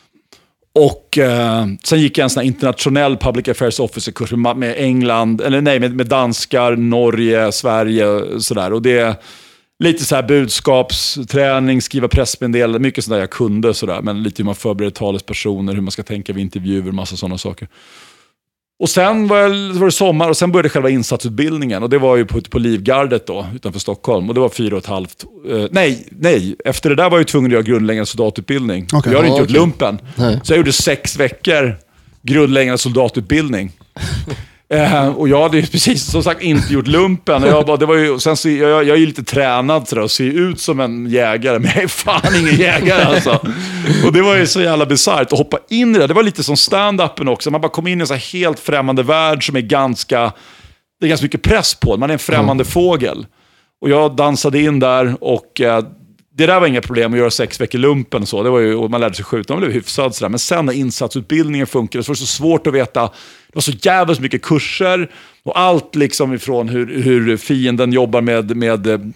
Och sen gick jag en sån här internationell public affairs officer-kurs med England, eller nej, med danskar, Norge, Sverige sådär. Och det är lite så här budskapsträning, skriva pressmeddelanden, mycket sådär jag kunde sådär. Men lite hur man förbereder talespersoner, hur man ska tänka vid intervjuer, massa sådana saker. Och sen var det sommar och sen började själva insatsutbildningen. Och det var ju på Livgardet då, utanför Stockholm. Och det var 4,5. Nej. Efter det där var jag ju tvungen att göra grundläggande soldatutbildning. Okay. Jag hade inte gjort lumpen. Nej. Så jag gjorde 6 veckor grundläggande soldatutbildning. Och jag hade ju precis som sagt inte gjort lumpen. Och jag är ju lite tränad sådär, och ser ut som en jägare. Men jag är fan ingen jägare alltså. Och det var ju så jävla bizarrt att hoppa in i det. Det var lite som stand-upen också. Man bara kom in i en så här helt främmande värld som är ganska mycket press på. Man är en främmande fågel. Och jag dansade in där och det där var inga problem att göra 6 veckor lumpen och så. Det var ju, och man lärde sig skjuta, man blev hyfsad sådär. Men sen när insatsutbildningen funkade så var det så svårt att veta. Det var så jävligt mycket kurser och allt liksom ifrån hur fienden jobbar med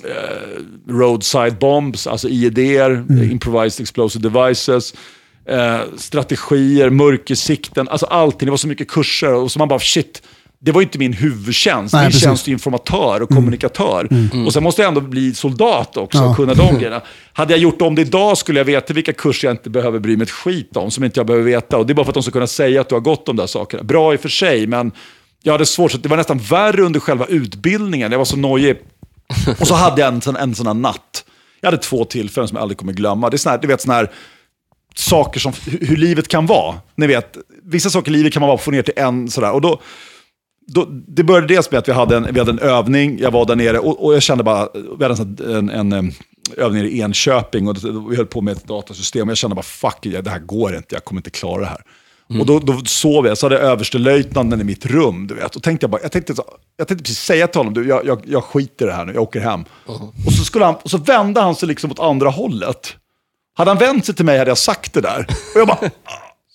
roadside bombs, alltså IED:er, improvised explosive devices, strategier, mörkersikten, alltså allting. Det var så mycket kurser och så man bara shit. Det var ju inte min huvudtjänst. Min tjänst är informatör och kommunikatör. Och sen måste jag ändå bli soldat också och kunna de grejerna. Hade jag gjort om det idag skulle jag veta vilka kurser jag inte behöver bry mig ett skit om, som inte jag behöver veta. Och det är bara för att de ska kunna säga att du har gått de där sakerna. Bra i och för sig, men jag hade svårt. Så det var nästan värre under själva utbildningen. Jag var så nojig. Och så hade jag en sån här natt. Jag hade 2 tillfällen som jag aldrig kommer glömma. Det är sån här saker som hur livet kan vara. Ni vet, vissa saker i livet kan man bara få ner till en sådär. Och då det började dels med att vi hade en övning. Jag var där nere och jag kände bara, vi hade en övning i Enköping och vi höll på med ett datasystem och jag kände bara fuck, det här går inte, jag kommer inte klara det här. Och då sov jag, så hade överstelöjtnanten i mitt rum, du vet. Och jag tänkte precis säga till honom, jag skiter i det här nu, jag åker hem. Och så vände han sig liksom åt andra hållet. Hade han vänt sig till mig hade jag sagt det där. Och jag bara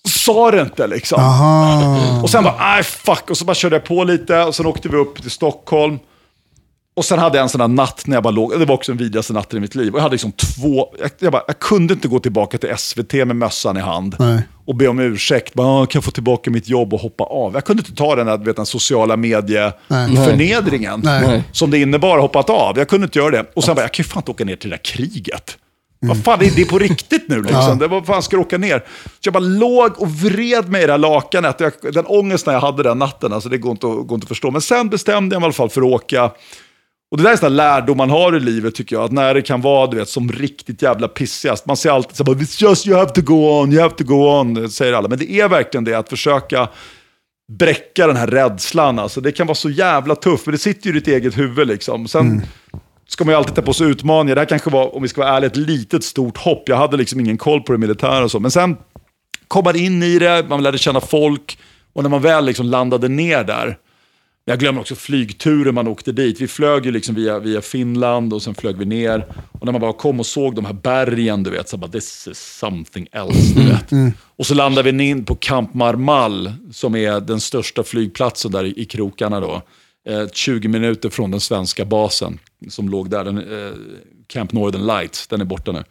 sa det inte liksom. Aha. Och sen bara, fuck. Och så bara körde jag på lite. Och sen åkte vi upp till Stockholm. Och sen hade jag en sån där natt när jag bara låg. Det var också den vidrigaste natten i mitt liv. Och jag hade liksom jag kunde inte gå tillbaka till SVT med mössan i hand. Nej. Och be om ursäkt. Bara, kan jag få tillbaka mitt jobb och hoppa av? Jag kunde inte ta den sociala medieförnedringen. Som det innebar hoppat av. Jag kunde inte göra det. Och sen bara, jag kan ju fan inte åka ner till det där kriget. Vad fan, det är på riktigt nu liksom. Det var fan, ska åka ner. Så jag bara låg och vred mig i det här lakanet. Den ångesten jag hade den natten, alltså det går inte att förstå. Men sen bestämde jag mig i alla fall för att åka. Och det där är sån lärdom man har i livet tycker jag. Att när det kan vara, du vet, som riktigt jävla pissigast. Man säger alltid så bara, it's just you have to go on, säger alla. Men det är verkligen det, att försöka bräcka den här rädslan. Alltså det kan vara så jävla tufft, men det sitter ju i ditt eget huvud liksom. Sen ska man ju alltid ta på sig utmaningar. Det här kanske var, om vi ska vara ärliga, ett litet stort hopp. Jag hade liksom ingen koll på det militära och så. Men sen kom man in i det, man lärde känna folk. Och när man väl liksom landade ner där. Jag glömmer också flygturen man åkte dit. Vi flög ju liksom via Finland och sen flög vi ner. Och när man bara kom och såg de här bergen, du vet, så bara, this is something else, du vet. Och så landade vi in på Camp Marmal, som är den största flygplatsen där i krokarna då. 20 minuter från den svenska basen som låg där. Camp Northern Lights, den är borta nu.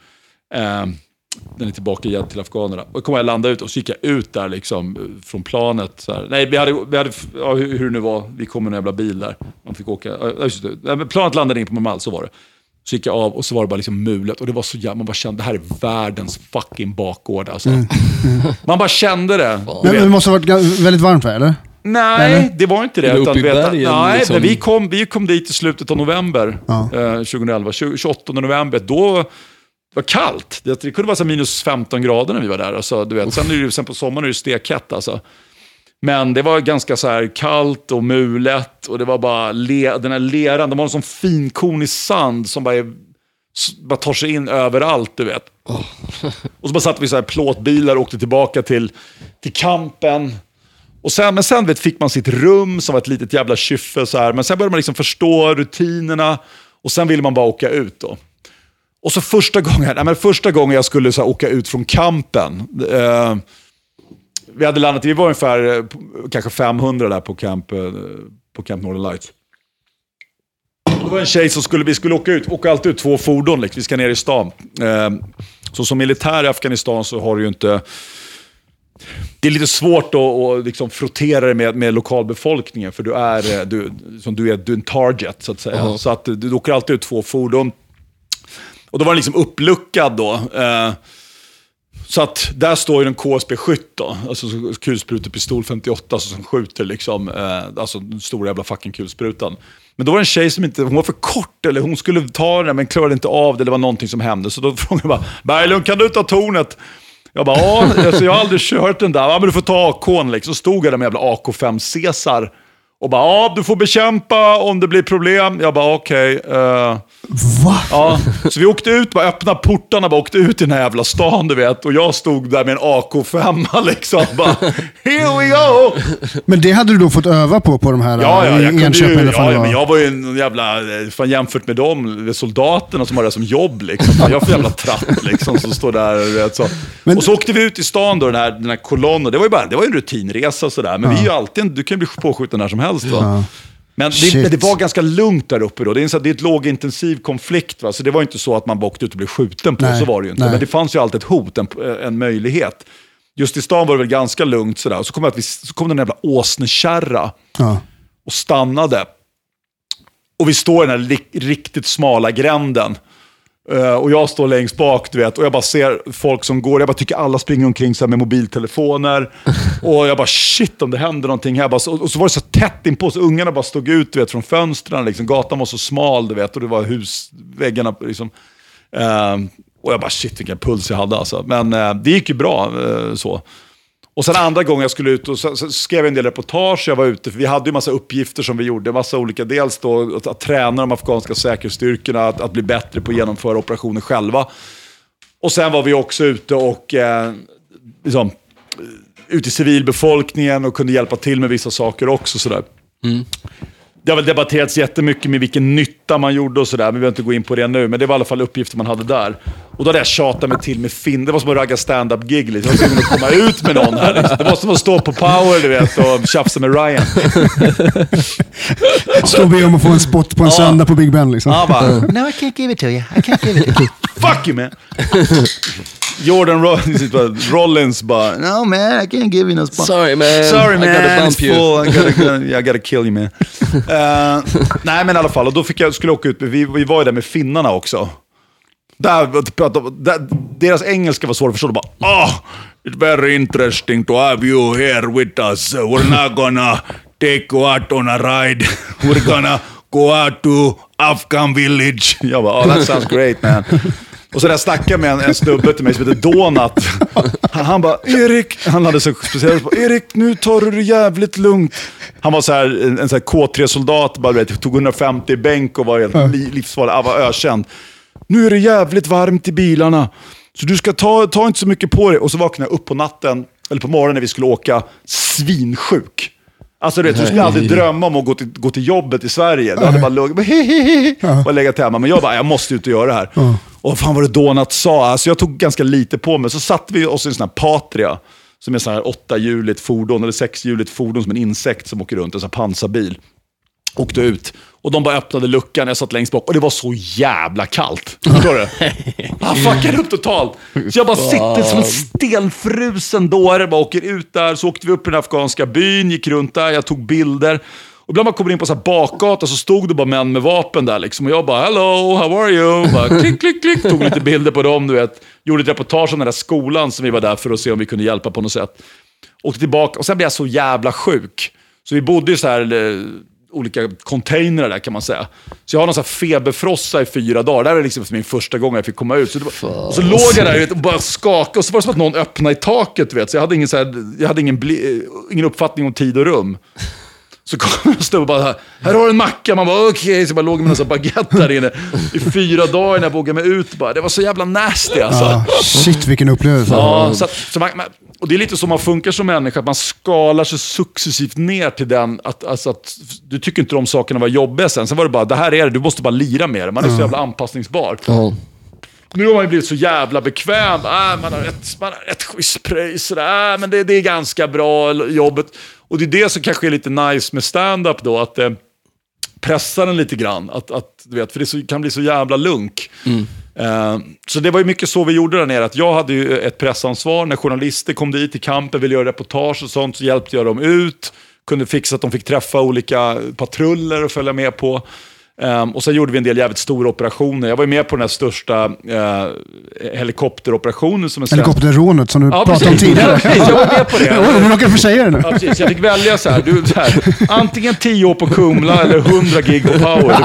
Den är tillbaka igen till afghanerna. Och då kom jag landa ut och så gick jag ut där liksom från planet. Så här. Nej, vi hade hur det nu var. Vi kom med en jävla bil där. Man fick åka. Planet landade in på Marmal, så var det. Så gick jag av och så var det bara liksom mulet. Och det var så jävla, man bara kände, det här är världens fucking bakgård alltså. Man bara kände det. Men det måste ha varit väldigt varmt, eller? Nej, eller? Det var inte det. Utan bergen, liksom. Men vi kom dit i slutet av november 2011. 28 november, då det var kallt. Det kunde vara så minus 15 grader när vi var där. Alltså, du vet. Sen på sommaren är det stekhett. Alltså. Men det var ganska så här kallt och mulet. Och det var bara den här leran. De har en sån finkornig sand som bara tar sig in överallt, du vet. Och så bara satt vi så här plåtbilar och åkte tillbaka till campen. Men sen fick man sitt rum som var ett litet jävla kyffe. Så här. Men sen började man liksom förstå rutinerna. Och sen ville man bara åka ut då. Och så första gången jag skulle så här, åka ut från campen. Vi hade landat, vi var ungefär kanske 500 där på Camp Northern Lights. Det var en tjej som vi skulle åka alltid ut 2 fordon. Liksom. Vi ska ner i stan. Så som militär i Afghanistan så har du ju inte... Det är lite svårt att liksom frottera dig med lokalbefolkningen. För du är en target så att säga. Så att du åker alltid ut 2 fordon. Och då var den liksom uppluckad då. Så att där står ju en KSP-skytt då. Alltså kulsprutepistol 58 som skjuter liksom. Alltså den stora jävla fucking kulsprutan. Men då var det en tjej som hon var för kort. Eller hon skulle ta den men klarade inte av det. Eller det var någonting som hände. Så då frågade jag bara, Berglund, kan du ta tornet? Jag bara, alltså, jag har aldrig kört den där. Ja, men du får ta AK:n liksom. Så stod jag där med jävla AK5 Caesar. Och bara, du får bekämpa om det blir problem. Jag bara, okej. Va? Ja, så vi åkte ut, bara öppna portarna, bara åkte ut i den här jävla stan, du vet. Och jag stod där med en AK5 liksom. Bara, here we go! Men det hade du då fått öva på de här Enköping eller fan. Ja, men jag var ju en jävla, fan jämfört med dem, soldaterna som har det som jobb liksom. Jag var för jävla tratt liksom, som står där, vet, så. Och så åkte vi ut i stan då, den här kolonnen. Det var ju en rutinresa och sådär. Men vi är ju alltid, du kan bli påskjuten när som helst va. Men det var ganska lugnt där uppe då. Det är ett lågintensiv konflikt va. Så det var inte så att man bara åkte ut och blev skjuten på. Så var det ju inte. Men det fanns ju alltid ett hot, en möjlighet. Just i stan var det väl ganska lugnt sådär. Och så kom den jävla åsnekärra och stannade. Och vi står i den här riktigt smala gränden. Och jag står längst bak, du vet. Och jag bara ser folk som går. Jag bara tycker alla springer omkring så här med mobiltelefoner. Och jag bara, shit om det händer någonting här. Och så var det så tätt inpå. Så ungarna bara stod ut, du vet, från fönstren. Liksom. Gatan var så smal, du vet. Och det var husväggarna liksom. Och jag bara, shit vilken puls jag hade alltså. Men det gick ju bra så. Och sen andra gången jag skulle ut och så skrev jag en del reportage. Jag var ute, för vi hade ju massa uppgifter som vi gjorde. Massa olika, dels då att träna de afghanska säkerhetsstyrkorna. Att bli bättre på att genomföra operationer själva. Och sen var vi också ute och liksom, ute i civilbefolkningen och kunde hjälpa till med vissa saker också. Sådär. Det har väl debatterats jättemycket med vilken nytta man gjorde och sådär. Vi behöver inte gå in på det nu, men det var i alla fall uppgifter man hade där. Och då hade jag tjatat mig till med Finn. Det var som att ragga stand-up-gig. Liksom. Jag var tvungen att komma ut med någon här. Liksom. Det var som att stå på Power, du vet, och tjafsa med Ryan. Stå be om att få en spot på en söndag på Big Ben, liksom. Ja, bara, No, I can't give it to you. I can't give it to you. fuck you, man! Jordan Rollins bara, no man, I can't give you no spot. Sorry man, Sorry man, I gotta bump it's full. I gotta kill you man. Nej men i alla fall, och då skulle jag åka ut, vi var ju där med finnarna också. Deras engelska var svårt att förstå. De bara, it's very interesting to have you here with us. We're not gonna take you out on a ride. We're gonna go out to Afghan village. Jag bara, that sounds great man. Och så där snackade med en snubbe till mig som heter Donat. Han bara, Erik, han hade så speciellt, Erik, nu tar du det jävligt lugnt. Han var så här, en så här K3-soldat, bara vet, tog 150 i bänk och var helt livsfarlig, han var ökänd. Nu är det jävligt varmt i bilarna, så du ska ta inte så mycket på dig. Och så vaknade jag upp på natten, eller på morgonen när vi skulle åka, svinsjuk. Alltså du skulle aldrig drömma om att gå till jobbet i Sverige. Du hade bara lugnt och lägga till hemma. Men jag måste ut och göra det här. Och fan vad det Donat sa. Alltså jag tog ganska lite på mig. Så satte vi oss i en sån här Patria, som är så här 8-hjuligt fordon, eller 6-hjuligt fordon som en insekt som åker runt, en sån här pansarbil. Åkte ut. Och de bara öppnade luckan, jag satt längst bak. Och det var så jävla kallt. Förstår du? Han fuckade upp totalt. Så jag bara sitter som en stelfrusen dåre. Bara åker ut där. Så åkte vi upp i den afghanska byn. Gick runt där, jag tog bilder. Och ibland man kommer in på så här bakgata, så stod det bara män med vapen där liksom. Och jag bara, hello, how are you? Bara, klick, klick, klick. Tog lite bilder på dem, du vet. Gjorde ett reportage om den där skolan som vi var där för att se om vi kunde hjälpa på något sätt. Åkte tillbaka, och sen blev jag så jävla sjuk. Så vi bodde ju så här olika containrar där, kan man säga. Så jag har någon sån här feberfrossa i 4 dagar. Det här är liksom min första gång jag fick komma ut. Och så låg jag där, vet, och bara skakade. Och så var det som att någon öppnade i taket, vet. Så jag hade ingen uppfattning om tid och rum. Så kom jag och stod och bara, här har du en macka. Man bara, okej. Så jag bara låg med en sån baguette där inne i 4 dagar när jag vågade mig ut. Bara. Det var så jävla nasty alltså. Shit, vilken upplevelse. Ja, och det är lite som man funkar som människa, att man skalar sig successivt ner till den, att du tycker inte de sakerna var jobbiga sen var det bara, det här är det, du måste bara lira med det, man är så jävla anpassningsbar. Nu har man ju blivit så jävla bekväm, man har ett schysst pris, men det är ganska bra jobbet, och det är det som kanske är lite nice med stand-up då, att pressa den lite grann, att du vet, för det kan bli så jävla lunk. Så det var ju mycket så vi gjorde där nere, att jag hade ju ett pressansvar när journalister kom dit i kampen, ville göra reportage och sånt, så hjälpte jag dem ut, kunde fixa att de fick träffa olika patruller och följa med på. Och sen gjorde vi en del jävligt stora operationer. Jag var ju med på den här största helikopteroperationen som en helikopterrånet som du pratade om tidigare. Ja, jag var med på det. Du råkade få säga det nu. Ja, precis. Jag fick välja så här, antingen 10 år på Kumla eller 100 gig på Power.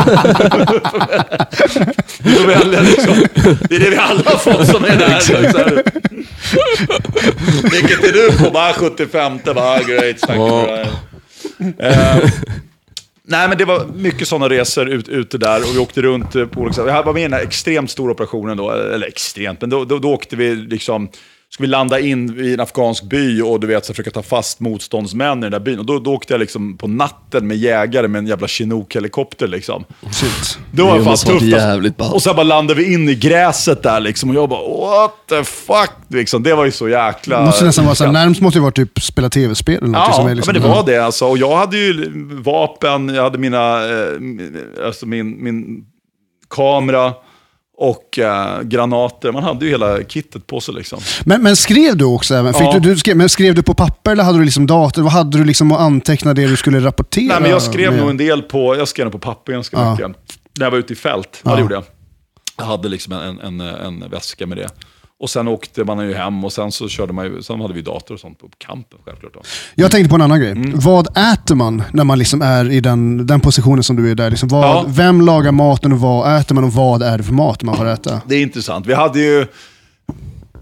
Du får välja liksom. Det är det vi alla har fått som är där. Vilket är du på? Bara 75, bara great, tack för det. Nej, men det var mycket sådana resor ute där, och vi åkte runt på olika. Jag var med i den här extremt stora operationen då, eller extremt, men då åkte vi liksom, skulle vi landa in i en afghansk by och du vet, så försöka ta fast motståndsmän i den där byn, och då åkte jag liksom på natten med jägare med en jävla Chinook-helikopter liksom. Shit. Det var fan tufft. Och så bara landade vi in i gräset där liksom, och jag bara, what the fuck liksom. Det var ju så jäkla... Måste nästan vara så här, närmast måste ju vara typ spela tv-spel eller något som är liksom, men det var det alltså. Och jag hade ju vapen, jag hade mina alltså min kamera och granater. Man hade ju hela kittet på sig liksom. Men skrev du också även? Skrev du på papper eller hade du liksom dator? Vad hade du liksom att anteckna det du skulle rapportera? Nej, men jag skrev nog en del på papper ganska mycket. När jag var ute i fält, det gjorde jag. Jag hade liksom en väska med det. Och sen åkte man ju hem, och sen så körde man ju, sen hade vi dator och sånt på campen självklart då. Jag tänkte på en annan grej. Vad äter man när man liksom är i den positionen som du är där? Liksom vem lagar maten och vad äter man, och vad är det för mat man får äta? Det är intressant. Vi hade ju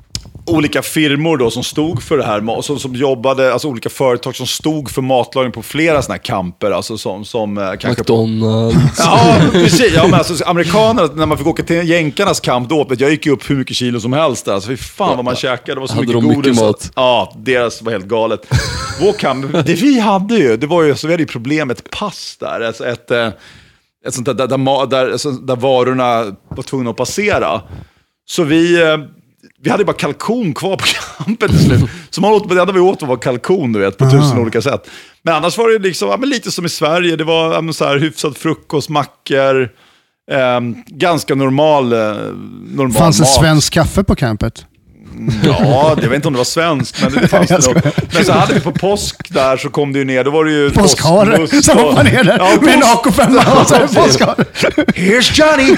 olika firmor då som stod för det här, som jobbade, alltså olika företag som stod för matlagning på flera sådana här kamper, alltså som kanske McDonald's. Ja, precis. Ja, men alltså amerikanerna, när man fick åka till jänkarnas kamp då, jag gick ju upp hur mycket kilo som helst där. Alltså fy fan vad man käkade, det var så mycket godis. Mycket mat? Ja, deras var helt galet. Vår kamp, det vi hade ju, det var ju så vi hade ju problem med ett pass där, alltså ett sånt där varorna var tvungna att passera. Så vi hade bara kalkon kvar på kampen till slut. Så det enda vi åt var kalkon, du vet, på 1000 olika sätt. Men annars var det liksom, lite som i Sverige. Det var så här hyfsad frukost, mackor, ganska normal fanns det mat. svensk kaffe på campet? Ja, jag vet inte om det var svenskt, men det fanns det nog. Men så hade vi på påsk där, så kom det ju ner, då var det ju påskhare som var ner där med en AK5 och så här påskhare. Here's Johnny!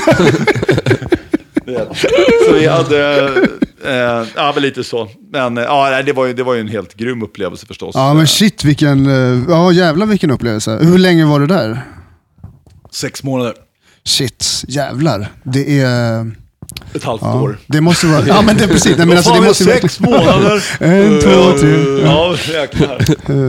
Så vi hade men lite så. Men det var ju en helt grym upplevelse förstås. Ja, men shit, jävlar vilken upplevelse. Hur länge var du där? 6 månader. Shit, jävlar. Det är ett halvt år. Det måste vara. Ja, men det är precis. Men alltså, det måste 6 månader. 1, 2, 3. Ja, räknar.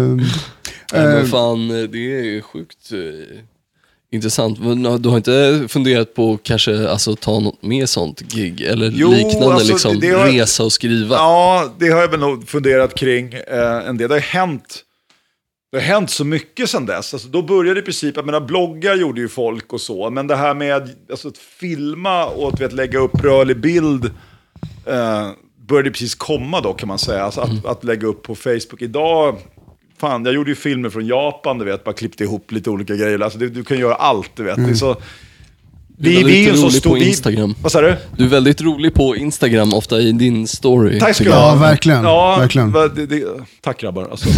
Men fan, det är sjukt intressant. Du har inte funderat på kanske ta något mer sånt gig eller liknande, liksom resa och skriva? Ja, det har jag väl nog funderat kring en del. Det har hänt så mycket sedan dess. Alltså, då började i princip, jag menar, bloggar gjorde ju folk och så, men det här med att filma och att lägga upp rörlig bild började precis komma då, kan man säga. Alltså, att lägga upp på Facebook idag. Fan, jag gjorde ju filmer från Japan, du vet, bara klippte ihop lite olika grejer. Alltså, du kan göra allt, du vet. Det är så, du är väldigt rolig på Instagram. Vad sa du? Du är väldigt rolig på Instagram, ofta i din story. Tack ska du ha. Ja, verkligen. Ja, verkligen. Tack grabbar. Alltså,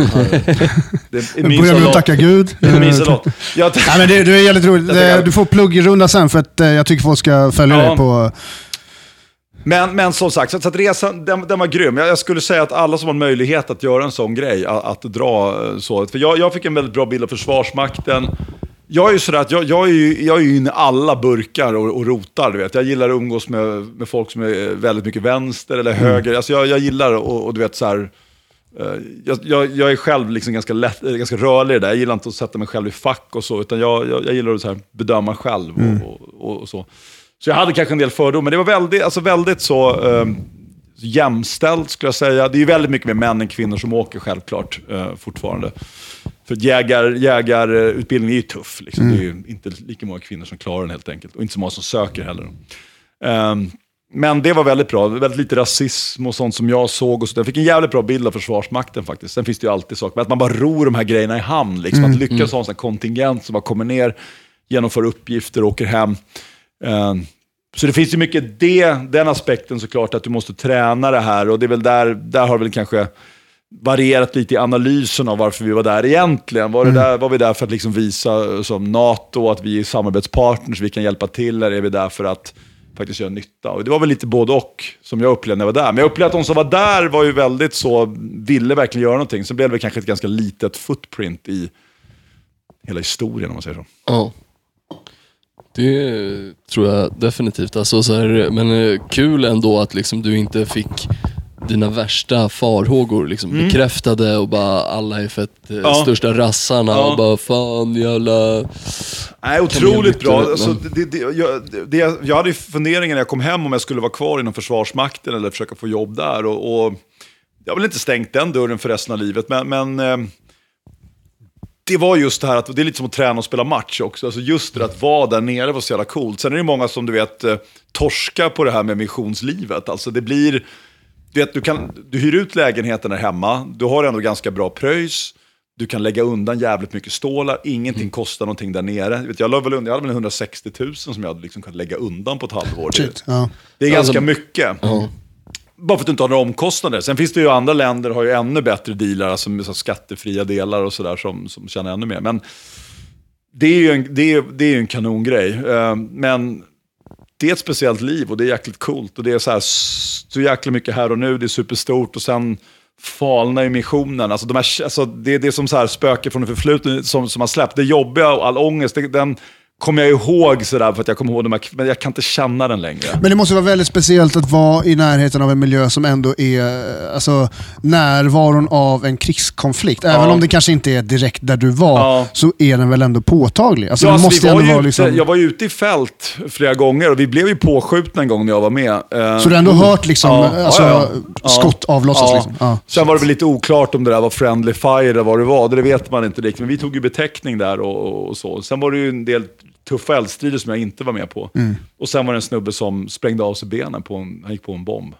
börjar med att tacka Gud. Det är min salat. Nej, men du är jävligt rolig. Du får pluggrunda sen, för att jag tycker folk ska följa dig på... Men som sagt, så att resan, den var grym. Jag skulle säga att alla som har möjlighet att göra en sån grej, att dra så. För jag fick en väldigt bra bild av Försvarsmakten. Jag är ju sådär att jag är ju inne i alla burkar och rotar, du vet. Jag gillar att umgås med folk som är väldigt mycket vänster eller höger. Alltså jag gillar och du vet så här. Jag är själv liksom ganska rörlig där. Jag gillar inte att sätta mig själv i fack och så, utan jag gillar att så här bedöma själv och så. Så jag hade kanske en del fördomar, men det var väldigt så jämställt, skulle jag säga. Det är ju väldigt mycket mer män än kvinnor som åker, självklart, fortfarande. För jägarutbildning är ju tuff. Liksom. Det är ju inte lika många kvinnor som klarar den, helt enkelt. Och inte så många som söker heller. Men det var väldigt bra. Väldigt lite rasism och sånt som jag såg. Och så. Jag fick en jävligt bra bild av Försvarsmakten faktiskt. Sen finns det ju alltid saker. Men att man bara ror de här grejerna i hamn. Liksom. Att lyckas ha en sån kontingent som bara kommer ner, genomför uppgifter och åker hem. Så det finns ju mycket den aspekten, såklart, att du måste träna det här. Och det är väl där har det väl kanske varierat lite i analysen av varför vi var där egentligen. Var vi där för att liksom visa som NATO att vi är samarbetspartners, vi kan hjälpa till, eller är vi där för att faktiskt göra nytta? Och det var väl lite både och som jag upplevde när jag var där. Men jag upplevde att de som var där var ju väldigt så, ville verkligen göra någonting. Så blev det kanske ett ganska litet footprint i hela historien, om man säger så. Ja. Det tror jag definitivt. Alltså, så här, men kul ändå att liksom, du inte fick dina värsta farhågor liksom, bekräftade och bara alla är fett största rassarna och bara fan jävla... Nej, otroligt bra. Alltså, jag hade ju funderingen när jag kom hem om jag skulle vara kvar inom Försvarsmakten eller försöka få jobb där. Och jag vill inte stängt den dörren för resten av livet, men det var just det här att det är lite som att träna och spela match också. Alltså just det att vara där nere var så jävla coolt. Sen är det många som du vet torskar på det här med missionslivet. Alltså det blir, du vet, du hyr ut lägenheten där hemma. Du har ändå ganska bra pröjs. Du kan lägga undan jävligt mycket stålar. Ingenting kostar någonting där nere. Jag hade väl 160 000 som jag hade liksom kunnat lägga undan på ett halvår. Det är ganska mycket. Bara för att du inte har några omkostnader. Sen finns det ju andra länder har ju ännu bättre dealar, alltså med så skattefria delar och sådär som tjänar ännu mer. Men det är ju en kanongrej. Men det är ett speciellt liv och det är jäkligt coolt. Och det är så jäkla mycket här och nu, det är superstort. Och sen falna i missionen. Alltså det är som så här spöker från det förflutna som har släppt. Det jobbiga och all ångest, den kommer jag ihåg sådär för att jag kommer ihåg men jag kan inte känna den längre. Men det måste vara väldigt speciellt att vara i närheten av en miljö som ändå är alltså, närvaron av en krigskonflikt. Även om det kanske inte är direkt där du var, så är den väl ändå påtaglig. Alltså, ja, det måste ändå vara liksom... Jag var ju ute i fält flera gånger och vi blev ju påskjutna en gång när jag var med. Så du har ändå hört liksom, skott avlossas liksom? Ja. Sen var det väl lite oklart om det där var friendly fire eller vad det var. Det vet man inte riktigt. Men vi tog ju beteckning där och så. Sen var det ju en del tuffa eldstrider som jag inte var med på. Och sen var det en snubbe som sprängde av sig benen han gick på en bomb.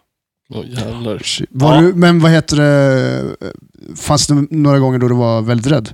Jävlar. Men vad heter det? Fanns det några gånger då du var väldigt rädd?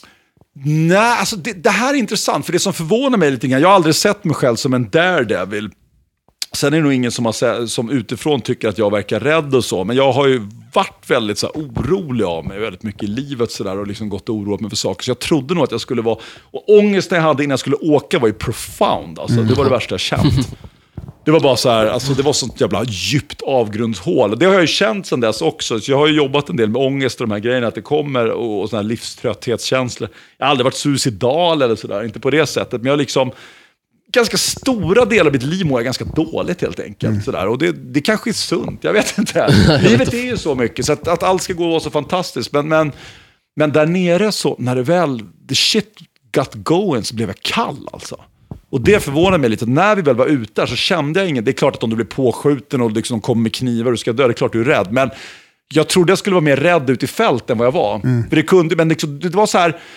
Nej, alltså det här är intressant. För det som förvånar mig lite grann, jag har aldrig sett mig själv som en daredevil. Sen är det nog ingen som utifrån tycker att jag verkar rädd och så. Men jag har ju varit väldigt så här, orolig av mig väldigt mycket i livet så där, och liksom gått och oroat mig för saker. Så jag trodde nog att jag skulle vara... Och ångesten jag hade innan jag skulle åka var ju profound. Alltså. Det var det värsta jag känt. Det var bara så här, alltså det var sånt jävla djupt avgrundshål. Det har jag ju känt sedan dess också. Så jag har ju jobbat en del med ångest och de här grejerna. Att det kommer och såna här livströtthetskänslor. Jag har aldrig varit suicidal eller sådär. Inte på det sättet. Men jag liksom... Ganska stora delar av mitt liv mår jag ganska dåligt helt enkelt. Sådär. Och det kanske är sunt, jag vet inte. Livet är ju så mycket så att allt ska gå och vara så fantastiskt. Men där nere så, när det väl, the shit got going, så blev jag kall alltså. Och det förvånar mig lite. När vi väl var ute där så kände jag inget. Det är klart att om du blir påskjuten och liksom kommer med knivar och du ska dö, det är klart du är rädd. Men jag trodde jag skulle vara mer rädd ute i fält än vad jag var. För det kunde, men det var så här,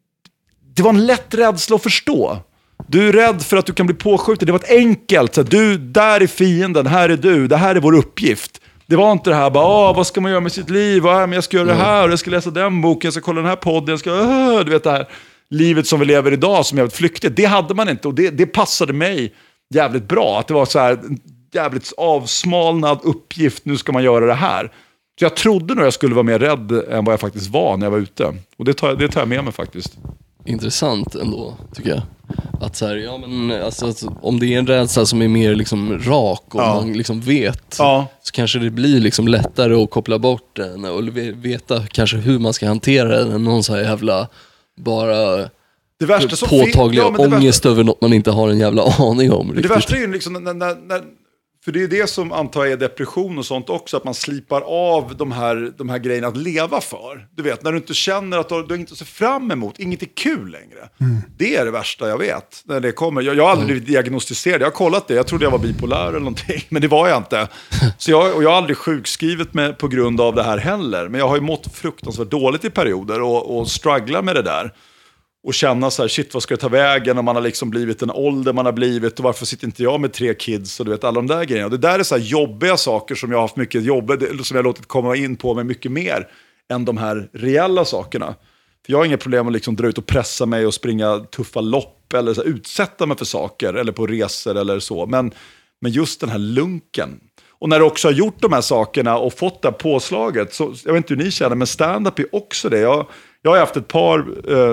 det var en lätt rädsla att förstå. Du är rädd för att du kan bli påskjuten. Det var ett enkelt. Så du, där är fienden, här är du. Det här är vår uppgift. Det var inte det här, bara, vad ska man göra med sitt liv? Men jag ska göra det här, jag ska läsa den boken, jag ska kolla den här podden, jag ska, du vet det här livet som vi lever idag som är jävligt flyktigt. Det hade man inte och det passade mig jävligt bra. Att det var så här en jävligt avsmalnad uppgift, nu ska man göra det här. Så jag trodde nog jag skulle vara mer rädd än vad jag faktiskt var när jag var ute. Och det tar jag med mig faktiskt. Intressant ändå, tycker jag. Att så här, ja men alltså, om det är en rädsla som är mer liksom rak och man liksom vet, så kanske det blir liksom lättare att koppla bort den och veta kanske hur man ska hantera den än någon så här jävla bara det värsta som påtagliga ångest över något man inte har en jävla aning om riktigt. Det värsta är ju liksom när för det är det som antar är depression och sånt också, att man slipar av de här grejerna att leva för. Du vet, när du inte känner att du har inget att se fram emot, inget är kul längre. Det är det värsta jag vet. När det kommer. Jag har aldrig blivit diagnostiserad, jag har kollat det. Jag trodde jag var bipolär eller någonting, men det var jag inte. Så jag har aldrig sjukskrivit mig på grund av det här heller. Men jag har ju mått fruktansvärt dåligt i perioder och strugglar med det där. Och känna så här, shit, vad ska jag ta vägen om man har liksom blivit en ålder man har blivit och varför sitter inte jag med 3 kids och du vet alla de där grejerna. Och det där är så här jobbiga saker som jag har haft mycket jobb som jag har låtit komma in på mig mycket mer än de här reella sakerna. För jag har inga problem att liksom dra ut och pressa mig och springa tuffa lopp eller så här, utsätta mig för saker eller på resor eller så. Men just den här lunken. Och när du också har gjort de här sakerna och fått det här påslaget, så jag vet inte hur ni känner, men stand-up är också det. Jag har haft ett par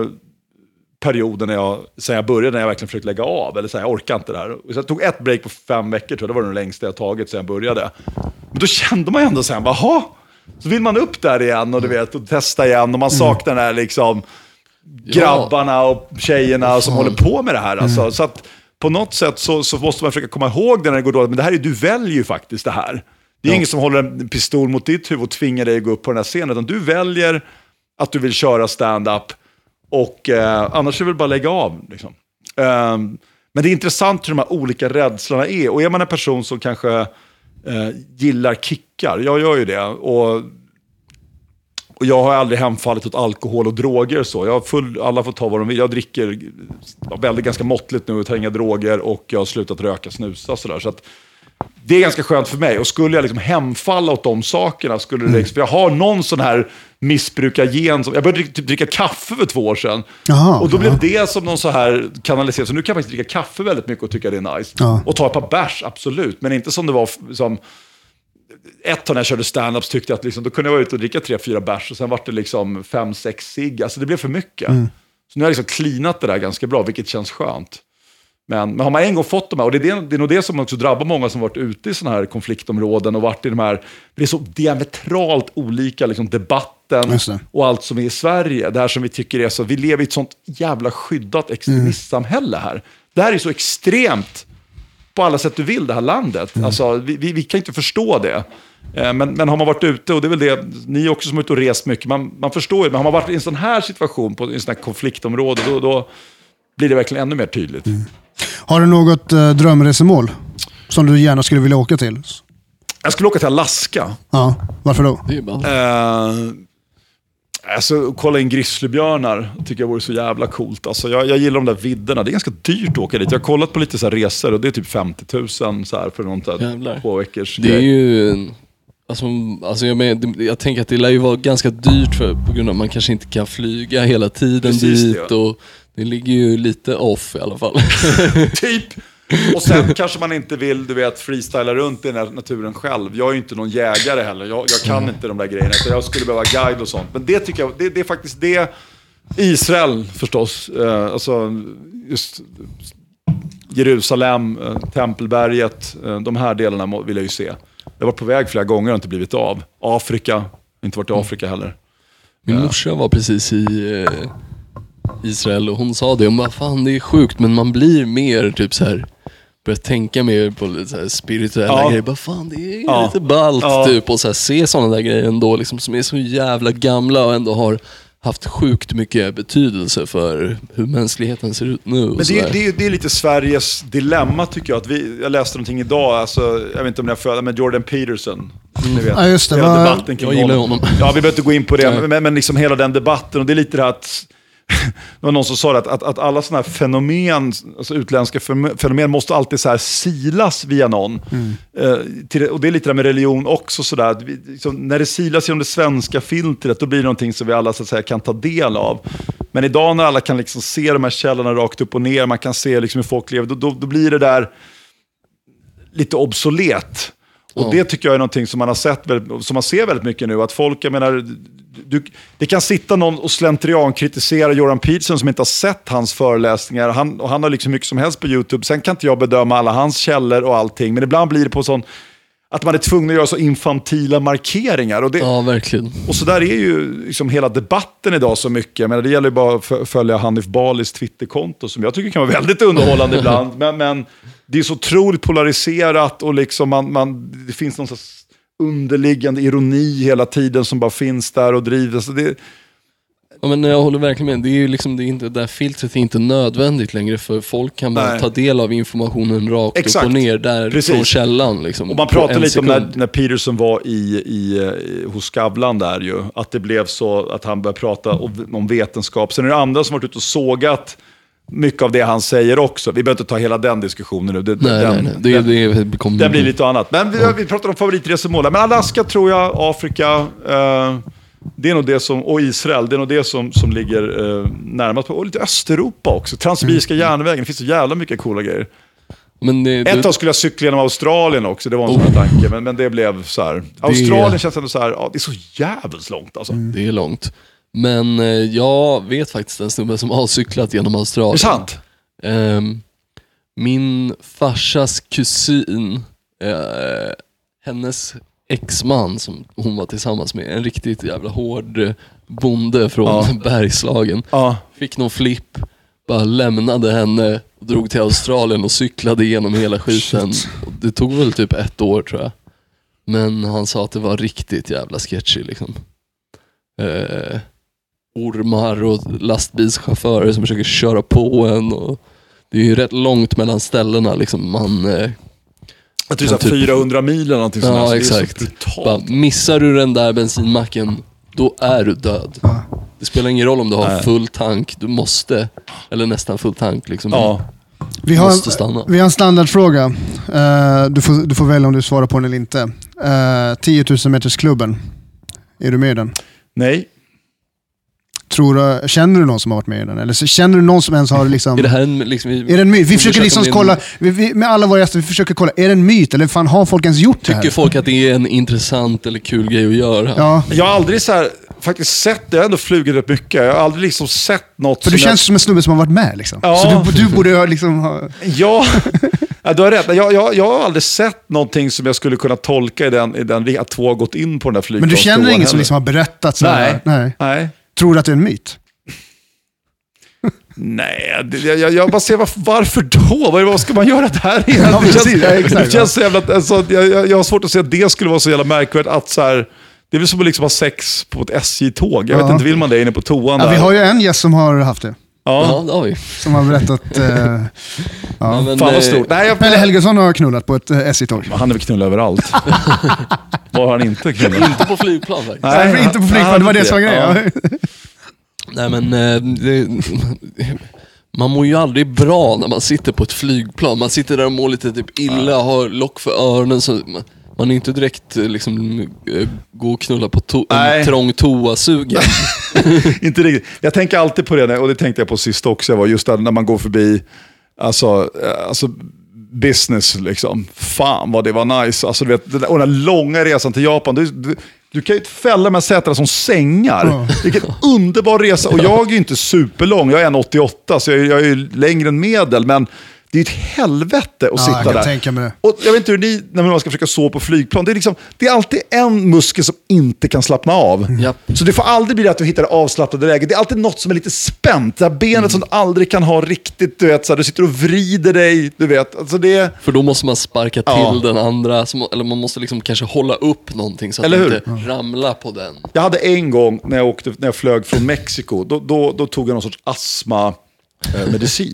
perioden sen jag började, när jag verkligen försökte lägga av eller så här, jag orkar inte det här. Så jag tog ett break på 5 veckor, tror jag. Det var den längsta jag tagit sen jag började. Men då kände man ju ändå sen, jaha, så vill man upp där igen och du vet, och testa igen och man saknar den här liksom grabbarna och tjejerna som håller på med det här alltså. Så att på något sätt så måste man försöka komma ihåg det när det går dåligt, men det här är, du väljer ju faktiskt det här. Det är ingen som håller en pistol mot ditt huvud och tvingar dig att gå upp på den här scenen, utan du väljer att du vill köra stand-up. Och annars är det väl bara lägga av liksom. Men det är intressant hur de här olika rädslorna är. Och är man en person som kanske gillar kickar, jag gör ju det. Och jag har aldrig hemfallit åt alkohol och droger så. Alla får ta vad de vill. Jag dricker väldigt ganska måttligt nu och tar inga droger. Och jag har slutat röka, snusa sådär. Så att det är ganska skönt för mig. Och skulle jag liksom hemfalla åt de sakerna, för jag har någon sån här missbrukargen. Jag började dricka kaffe för 2 år sedan. Aha, och då blev det som någon så här kanaliserad. Så nu kan jag faktiskt dricka kaffe väldigt mycket och tycka det är nice. Ja. Och ta ett par bärs, absolut. Men inte som det var som... Ett tag när jag körde stand-ups tyckte jag att liksom, då kunde jag vara ute och dricka 3-4 bärs. Och sen var det liksom 5-6 cigg. Alltså det blev för mycket. Så nu har jag liksom cleanat det där ganska bra, vilket känns skönt. Men har man en gång fått de här, och det är nog det som också drabbar många som varit ute i sådana här konfliktområden och varit i de här, det är så diametralt olika liksom, debatter extremisträtten och allt som är i Sverige. Det här som vi tycker är så, vi lever i ett sånt jävla skyddat extremistsamhälle här. Det här är så extremt på alla sätt du vill, det här landet. Alltså, vi kan inte förstå det. Men har man varit ute, och det är väl det, ni också som är ute och rest mycket, man förstår ju, men har man varit i en sån här situation på en sån här konfliktområde, då blir det verkligen ännu mer tydligt. Har du något drömresemål som du gärna skulle vilja åka till? Jag skulle åka till Alaska. Ja, varför då? Det är bara... Alltså, kolla in grizzlybjörnar tycker jag vore så jävla coolt. Alltså, jag gillar de där vidderna. Det är ganska dyrt att åka dit. Jag har kollat på lite så här resor och det är typ 50 000 så här för någon 2 veckors det är ju... Alltså jag tänker att det lär ju vara ganska dyrt på grund av att man kanske inte kan flyga hela tiden. Precis, dit. Ja. Och det ligger ju lite off i alla fall. Typ. Och sen kanske man inte vill, du vet, freestyla runt i den här naturen själv. Jag är ju inte någon jägare heller. Jag kan inte de där grejerna. Så jag skulle behöva guide och sånt. Men det tycker jag, det är faktiskt det. Israel förstås. Alltså just Jerusalem, Tempelberget. De här delarna vill jag ju se. Jag har varit på väg flera gånger och inte blivit av. Afrika, inte varit i Afrika heller. Min morsa var precis i Israel och hon sa det. Hon bara, fan det är sjukt, men man blir mer typ så här, börjar tänka mer på lite så här spirituella grejer. Bara, fan det är lite ballt typ. Och så här, se sådana där grejer ändå liksom, som är så jävla gamla och ändå har haft sjukt mycket betydelse för hur mänskligheten ser ut nu. Men det är lite Sveriges dilemma tycker jag. Att jag läste någonting idag, alltså, jag vet inte om jag följde, men Jordan Peterson. Ni vet, ja, just det. Debatten kring jag gillar honom. Ja, vi behöver inte gå in på det, men liksom hela den debatten. Och det är lite det här att det var någon som sa att alla sådana här fenomen, alltså utländska fenomen, måste alltid så här silas via någon. Och det är lite där med religion också sådär. Liksom, när det silas genom det svenska filtret, då blir det någonting som vi alla så att säga kan ta del av. Men idag när alla kan liksom se de här källorna rakt upp och ner, man kan se liksom hur folk lever, då blir det där lite obsolet. Och det tycker jag är någonting som man har sett, som man ser väldigt mycket nu, att folk, jag menar, det kan sitta någon och slentrian kritisera Jordan Peterson som inte har sett hans föreläsningar. Han har liksom mycket som helst på YouTube. Sen kan inte jag bedöma alla hans källor och allting, men ibland blir det på sån att man är tvungen att göra så infantila markeringar. Och ja, verkligen. Och så där är ju liksom hela debatten idag så mycket. Men det gäller ju bara att följa Hanif Balis Twitterkonto som jag tycker kan vara väldigt underhållande ibland. Men det är så otroligt polariserat och liksom det finns någon sorts underliggande ironi hela tiden som bara finns där och drivs. Ja, men jag håller verkligen med. Det är ju liksom, det är inte, det där filtret är inte nödvändigt längre, för folk kan bara ta del av informationen rakt upp och ner där från källan. Liksom, och man pratade lite om när Peterson var hos Skavlan där ju, att det blev så att han började prata om vetenskap. Sen är det andra som varit ute och sågat mycket av det han säger också. Vi behöver inte ta hela den diskussionen nu. Det blir lite annat. Men vi pratar om favoritresemål. Men Alaska tror jag, Afrika, det är nog det som, och Israel, det är nog det som ligger närmast på. Och lite Östeuropa också. Transsibiriska järnvägen, det finns så jävla mycket coola grejer. Men ett tag skulle jag cykla genom Australien också, det var en sån tanke. Men det blev så här. Australien känns ändå så här, det är så jävligt långt alltså. Det är långt. Men jag vet faktiskt en snubbe som har cyklat genom Australien. Det är sant? Min farsas kusin, hennes exman som hon var tillsammans med, en riktigt jävla hård bonde från Bergslagen, fick någon flipp, bara lämnade henne och drog till Australien och cyklade igenom hela skiten. Och det tog väl typ 1 år tror jag. Men han sa att det var riktigt jävla sketchy liksom. Ormar och lastbilschaufförer som försöker köra på en, och det är ju rätt långt mellan ställena liksom. Jag tror det är 400 mil eller någonting sånt. Ja, exakt. Bara, missar du den där bensinmacken, då är du död. Det spelar ingen roll om du har full tank, du måste, eller nästan full tank liksom. Vi har en standardfråga. Du får välja om du svarar på den eller inte. 10 000 metersklubben. Är du med i den? Nej. Känner du någon som har varit med i den? Eller känner du någon som ens har liksom... Är det här en myt? Vi försöker liksom kolla, med alla våra gäster, vi försöker kolla, är det en myt? Eller fan, har folk ens gjort det här? Tycker folk att det är en intressant eller kul grej att göra? Ja. Jag har aldrig så här faktiskt sett, jag har ändå flugit rätt mycket. Jag har aldrig liksom sett något. För du känns som en snubbe som har varit med liksom. Ja. Så du borde liksom ha... Ja, du har rätt. Jag har aldrig sett någonting som jag skulle kunna tolka i den att två har gått in på den där flygplan. Men du känner ingen som liksom har berättat så här? Nej. Tror du att det är en myt? Nej, jag bara ser varför då? Vad ska man göra där igen? Det känns så jävla... Alltså, jag har svårt att se att det skulle vara så jävla märkvärdigt att så här... Det är väl som att liksom ha sex på ett SJ-tåg. Jag vet inte, vill man det inne på toan där? Vi har ju en gäst som har haft det. Ja, det har vi. Som har berättat... Ja, men, fan vad stort. Pelle Helgesson har knullat på ett SJ-tåg. Han är väl knulla överallt. Var har han inte knullat? Inte på flygplan faktiskt. Nej, inte på flygplan. Det var det som var grejen. Nej, men man mår ju aldrig bra när man sitter på ett flygplan. Man sitter där och mår lite typ illa, har lock för öronen. Så man är inte direkt liksom gå och knulla på en trång toasugen. Inte riktigt. Jag tänker alltid på det, och det tänkte jag på sist också. Var just där, när man går förbi alltså business liksom. Fan vad det var nice. Alltså, du vet, och den långa resan till Japan. Du kan ju fälla med sätena som sängar. Vilken underbar resa. Och jag är ju inte superlång. Jag är 1,88 så jag är ju längre än medel. Men det är ett helvete att sitta jag där. Tänka med det. Och jag vet inte hur ni, när man ska försöka sova på flygplan, det är alltid en muskel som inte kan slappna av. Så det får aldrig bli att du hittar det avslappnade läget. Det är alltid något som är lite spänt. Det här benet som du aldrig kan ha riktigt, du vet, så här, du sitter och vrider dig, du vet. Alltså det... För då måste man sparka till den andra, eller man måste liksom kanske hålla upp någonting så att det inte ramlar på den. Jag hade en gång när jag flög från Mexiko, då tog jag någon sorts astma-medicin.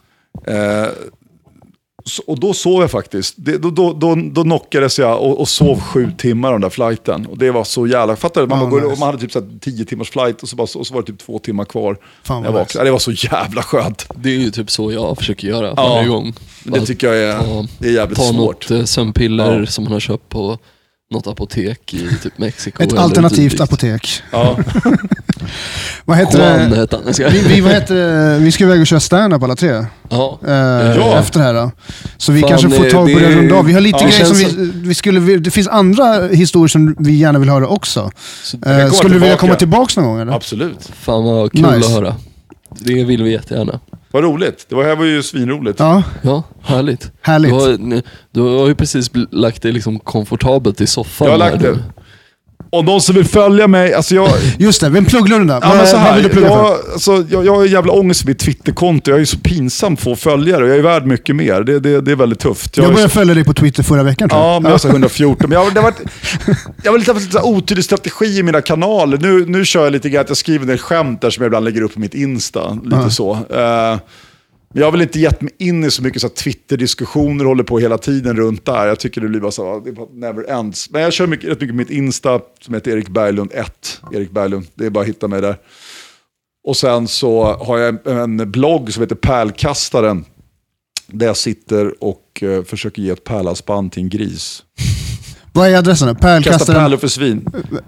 Och då sov jag faktiskt. Då knockades jag och sov 7 timmar under flighten. Och det var så jävla... Fattar du? Man hade typ så 10 timmars flight och så var det typ 2 timmar kvar. Jag vaknade. Det var så jävla skönt. Det är ju typ så jag försöker göra varje gång. Det tycker jag är jävligt svårt. Ta något sömnpiller som man har köpt på något apotek i typ Mexiko. Ett alternativt apotek. Ja. Vad heter det? Vi ska iväg och köra stand-up alla 3. Efter det här då. Så vi kanske får ta på det runda av. Vi har lite grejer som vi skulle... Det finns andra historier som vi gärna vill höra också. Skulle du vilja komma tillbaka någon gång? Eller? Absolut. Fan vad kul att höra. Det vill vi jättegärna. Vad roligt. Det här var ju svinroligt. Ja, härligt. Du har ju precis lagt det liksom komfortabelt i soffan. Jag har lagt det. Och de som vill följa mig, alltså just det, vem pluggar du där? Ja, men så här, jag har jävla ångest vid Twitterkonto. Jag är så pinsam få följare och jag är värd mycket mer. Det är väldigt tufft. Jag började följa dig på Twitter förra veckan, tror jag. Ja, men jag har 114. Men jag har lite otydlig strategi i mina kanaler. Nu kör jag lite grann att jag skriver ner skämt där som jag ibland lägger upp på mitt Insta. Lite så. Men jag har väl inte gett mig in i så mycket så att Twitter-diskussioner håller på hela tiden runt där. Jag tycker det blir bara så, det never ends. Men jag kör rätt mycket på mitt Insta som heter Erik Berglund 1. Erik Berglund, det är bara att hitta mig där. Och sen så har jag en blogg som heter Pärlkastaren. Där jag sitter och försöker ge ett pärlhalsband till en gris. Vad är adressen? Pärlkastaren? Kasta pärlor för svin.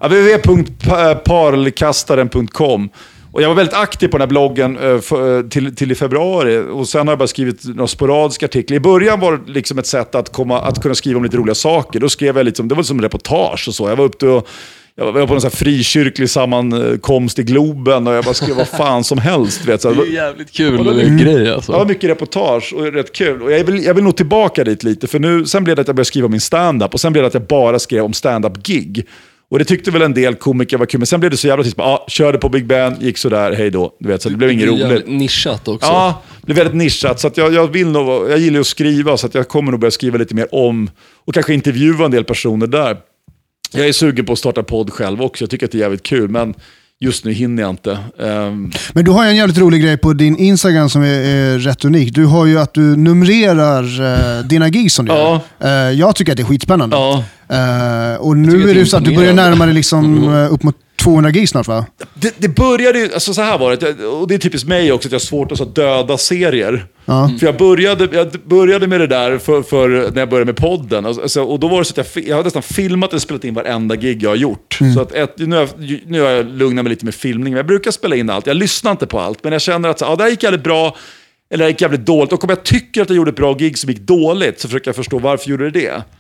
www.parlkastaren.com. Och jag var väldigt aktiv på den här bloggen till i februari. Och sen har jag bara skrivit några sporadiska artiklar. I början var det liksom ett sätt att kunna skriva om lite roliga saker. Då skrev jag liksom, det var som en reportage och så. Jag var uppe och jag var på någon sån här frikyrklig sammankomst i Globen och jag bara skrev vad fan som helst. Vet, så. Det är jävligt kul med en grej alltså. Ja, mycket reportage och rätt kul. Och jag vill nog tillbaka dit lite. För sen blev det att jag började skriva om min stand-up. Och sen blev det att jag bara skrev om stand-up-gig. Och det tyckte väl en del komiker var kul. Men sen blev det så jävla tyst. Körde på Big Ben, gick så där, hej då. Du vet, så det blev inget roligt. Det blev nischat också. Ja, det blev väldigt nischat. Så att jag gillar att skriva. Så att jag kommer nog börja skriva lite mer om. Och kanske intervjua en del personer där. Jag är sugen på att starta podd själv också. Jag tycker att det är jävligt kul. Men just nu hinner jag inte. Men du har ju en jävligt rolig grej på din Instagram som är rätt unik. Du har ju att du numrerar dina gigs som du gör. Jag tycker att det är skitspännande. Och nu är det så att du börjar närma dig liksom upp mot 200 gigs snart, va? Det började ju, alltså så här var det, och det är typiskt mig också att jag har svårt att så döda serier. För jag började med det där för när jag började med podden. Alltså, och då var det så att jag har nästan filmat och spelat in varenda gig jag har gjort. Så att nu har jag lugnat mig lite med filmning. Jag brukar spela in allt, jag lyssnar inte på allt. Men jag känner att det här gick jävligt bra, eller det gick jävligt dåligt. Och om jag tycker att jag gjorde ett bra gig som gick dåligt, så försöker jag förstå varför jag gjorde det.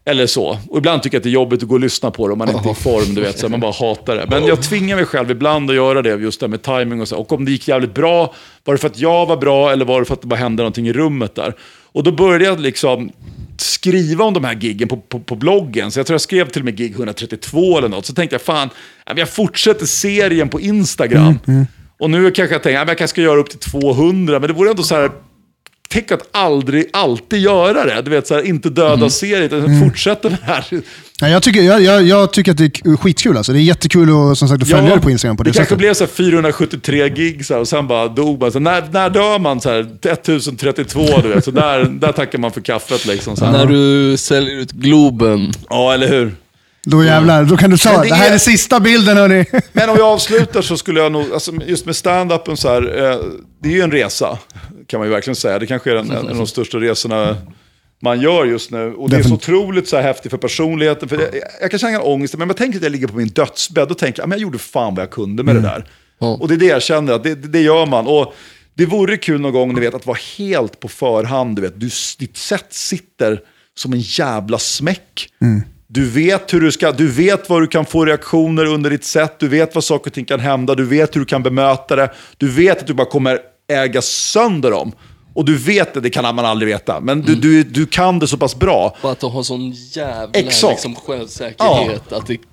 Eller så. Och ibland tycker jag att det är jobbigt att gå och lyssna på det om man inte är i form, du vet, så man bara hatar det. Men jag tvingar mig själv ibland att göra det, just det med timing och så. Och om det gick jävligt bra, var det för att jag var bra eller var det för att det bara hände någonting i rummet där? Och då började jag liksom skriva om de här giggen på bloggen. Så jag tror jag skrev till och med gig 132 eller något. Så tänkte jag, fan, jag fortsätter serien på Instagram. Och nu kanske jag tänker, jag kanske ska göra upp till 200, men det vore ändå så här... Tänk att alltid göra det. Du vet, så här, inte döda serien, utan fortsätta med det här. Ja, jag tycker att det är skitkul. Alltså. Det är jättekul att, som sagt, att följa det på Instagram på det kanske blev så här 473 gig så här, och sen bara dog man. Så när dör man? Så här, 1032, du vet. Så där tackar man för kaffet. Liksom, så här. När du säljer ut Globen. Ja, eller hur? Då jävlar, då kan du ta det här är sista bilden, hörni. Men om jag avslutar så skulle jag nog, alltså just med stand-upen så här, det är ju en resa, kan man ju verkligen säga. Det kanske är en av de största resorna man gör just nu. Och det är så otroligt så här häftigt för personligheten. För jag kan känna ångest, men om jag tänker att jag ligger på min dödsbädd, då tänker jag, men jag gjorde fan vad jag kunde med det där. Och det är det jag känner, att det gör man. Och det vore kul någon gång, ni vet, att vara helt på förhand, du vet, ditt sätt sitter som en jävla smäck. Du vet hur du vet vad du kan få reaktioner under ditt sätt. Du vet vad saker och ting kan hända. Du vet hur du kan bemöta det. Du vet att du bara kommer äga sönder dem. Och du vet det kan man aldrig veta. Men du kan det så pass bra. Bara att du har sån jävla liksom, självsäkerhet. Att det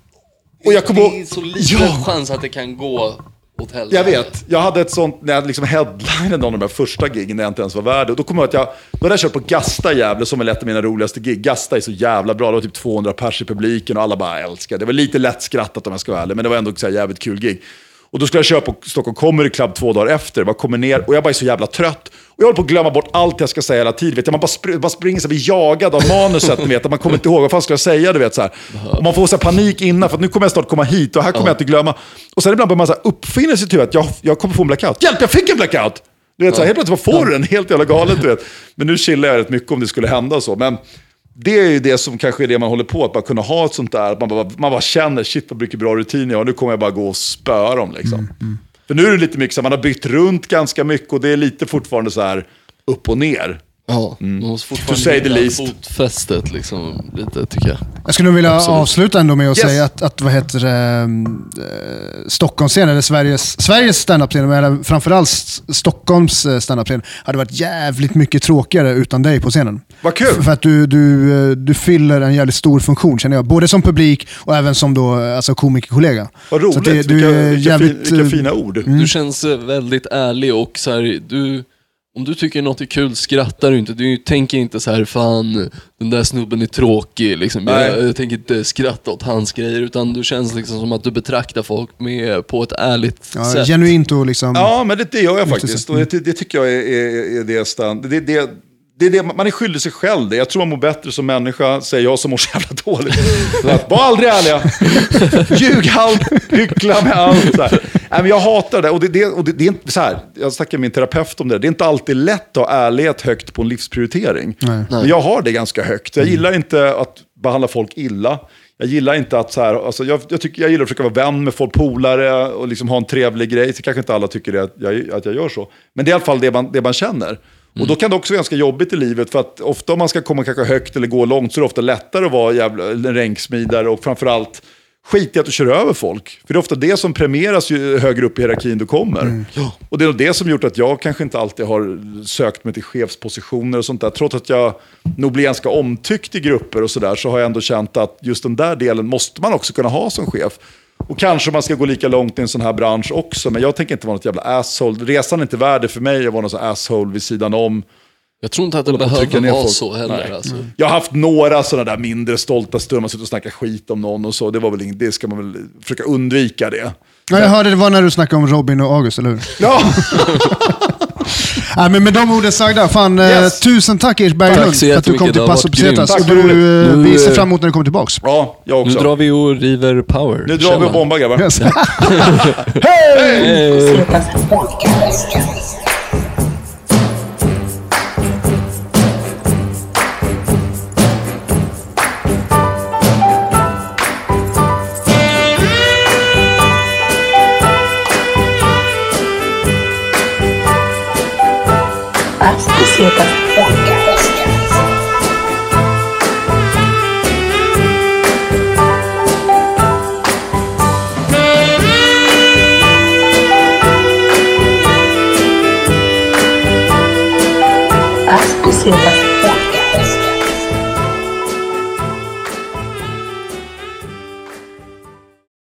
är så liten chans att det kan gå åt helvete. Jag vet. Jag hade ett sånt, när jag liksom headlinade av de här första giggen när jag inte ens var värd. Och då kom jag att då hade jag kört på Gasta Gävle som är lätt av mina roligaste gig. Gasta är så jävla bra. Det var typ 200 pers i publiken och alla bara älskade. Det var lite lätt skrattat om jag ska vara ärlig, men det var ändå så här jävligt kul gig. Och då skulle jag köra på Stockholm Comedy Club 2 dagar efter. Jag kommer ner och jag bara är så jävla trött. Och jag håller på att glömma bort allt jag ska säga hela tiden. Vet jag, man bara springer så vi jagad av manuset. Vet, man kommer inte ihåg vad fan ska jag säga. Du vet, så här. Och man får så här panik innan för att nu kommer jag snart komma hit. Och här kommer jag inte glömma. Och sen ibland börjar man så här uppfinna sig till att jag kommer få en blackout. Hjälp, jag fick en blackout! Du vet, så här, helt plötsligt får du en helt jävla galet. Du vet. Men nu chillar jag rätt mycket om det skulle hända och så. Men det är ju det som kanske är det man håller på. Att bara kunna ha ett sånt där. Man bara känner, shit vad mycket bra rutiner. Och nu kommer jag bara gå och spöra dem liksom. För nu är det lite mycket så här, man har bytt runt ganska mycket. Och det är lite fortfarande så här upp och ner. Ja, man måste fortfarande hitta fotfästet liksom, lite tycker jag. Jag skulle vilja avsluta ändå med att säga att vad heter det, Stockholmsscenen eller Sveriges stand-up-scen, eller framförallt Stockholms stand-up-scen hade varit jävligt mycket tråkigare utan dig på scenen. Vad kul! För att du fyller en jävligt stor funktion, känner jag. Både som publik och även som då, alltså komikerkollega. Vad roligt, vilka fina ord. Du känns väldigt ärlig och så här, om du tycker något är kul, skrattar du inte. Du tänker inte så här, fan, den där snubben är tråkig. Liksom. Jag tänker inte skratta åt hans grejer, utan du känns liksom som att du betraktar folk med på ett ärligt sätt. Genuint och liksom... Ja, men det gör jag faktiskt. Och det tycker jag är det stand. Det är det, man är skyldig sig själv det. Jag tror man mår bättre som människa, säger jag som mår så jävla dåligt. Var aldrig ärliga. Ljug allt, hyckla med allt. Så här. Nej, men jag hatar det. Och det är inte så här, jag snackar med min terapeut om det. Det är inte alltid lätt att ha ärlighet högt på en livsprioritering. Nej. Men jag har det ganska högt. Jag gillar inte att behandla folk illa. Jag gillar inte att så här, alltså jag gillar att försöka vara vän med folk, polare och liksom ha en trevlig grej. Så kanske inte alla tycker det att jag gör så. Men det är i alla fall det man känner. Och då kan det också vara ganska jobbigt i livet, för att ofta om man ska komma kanske högt eller gå långt så är det ofta lättare att vara en ränksmidare och framförallt skit i att du kör över folk. För det är ofta det som premieras ju högre upp i hierarkin du kommer. Och det är nog det som gjort att jag kanske inte alltid har sökt mig till chefspositioner och sånt där. Trots att jag nog blir ganska omtyckt i grupper och sådär, så har jag ändå känt att just den där delen måste man också kunna ha som chef. Och kanske man ska gå lika långt i en sån här bransch också. Men jag tänker inte vara något jävla asshole. Resan är inte värd det för mig att vara någon sån asshole vid sidan om. Jag tror inte att det behöver vara så heller. Alltså. Jag har haft några sådana där mindre stolta stunder. Man sitter och snackar skit om någon och så. Det var väl det ska man väl försöka undvika det. Ja, jag hörde det var när du snackade om Robin och August, eller hur? Ja! Nej, men med de orden sagda, fan, tusen tack Erik Berglund för att du kom till Passo Pesetas. Och vi ser fram emot när du kommer tillbaks. Ja, jag också. Nu drar vi och river power. Nu drar vi och bombar, grabbar. Yes. Hej! Podcast. Syndast.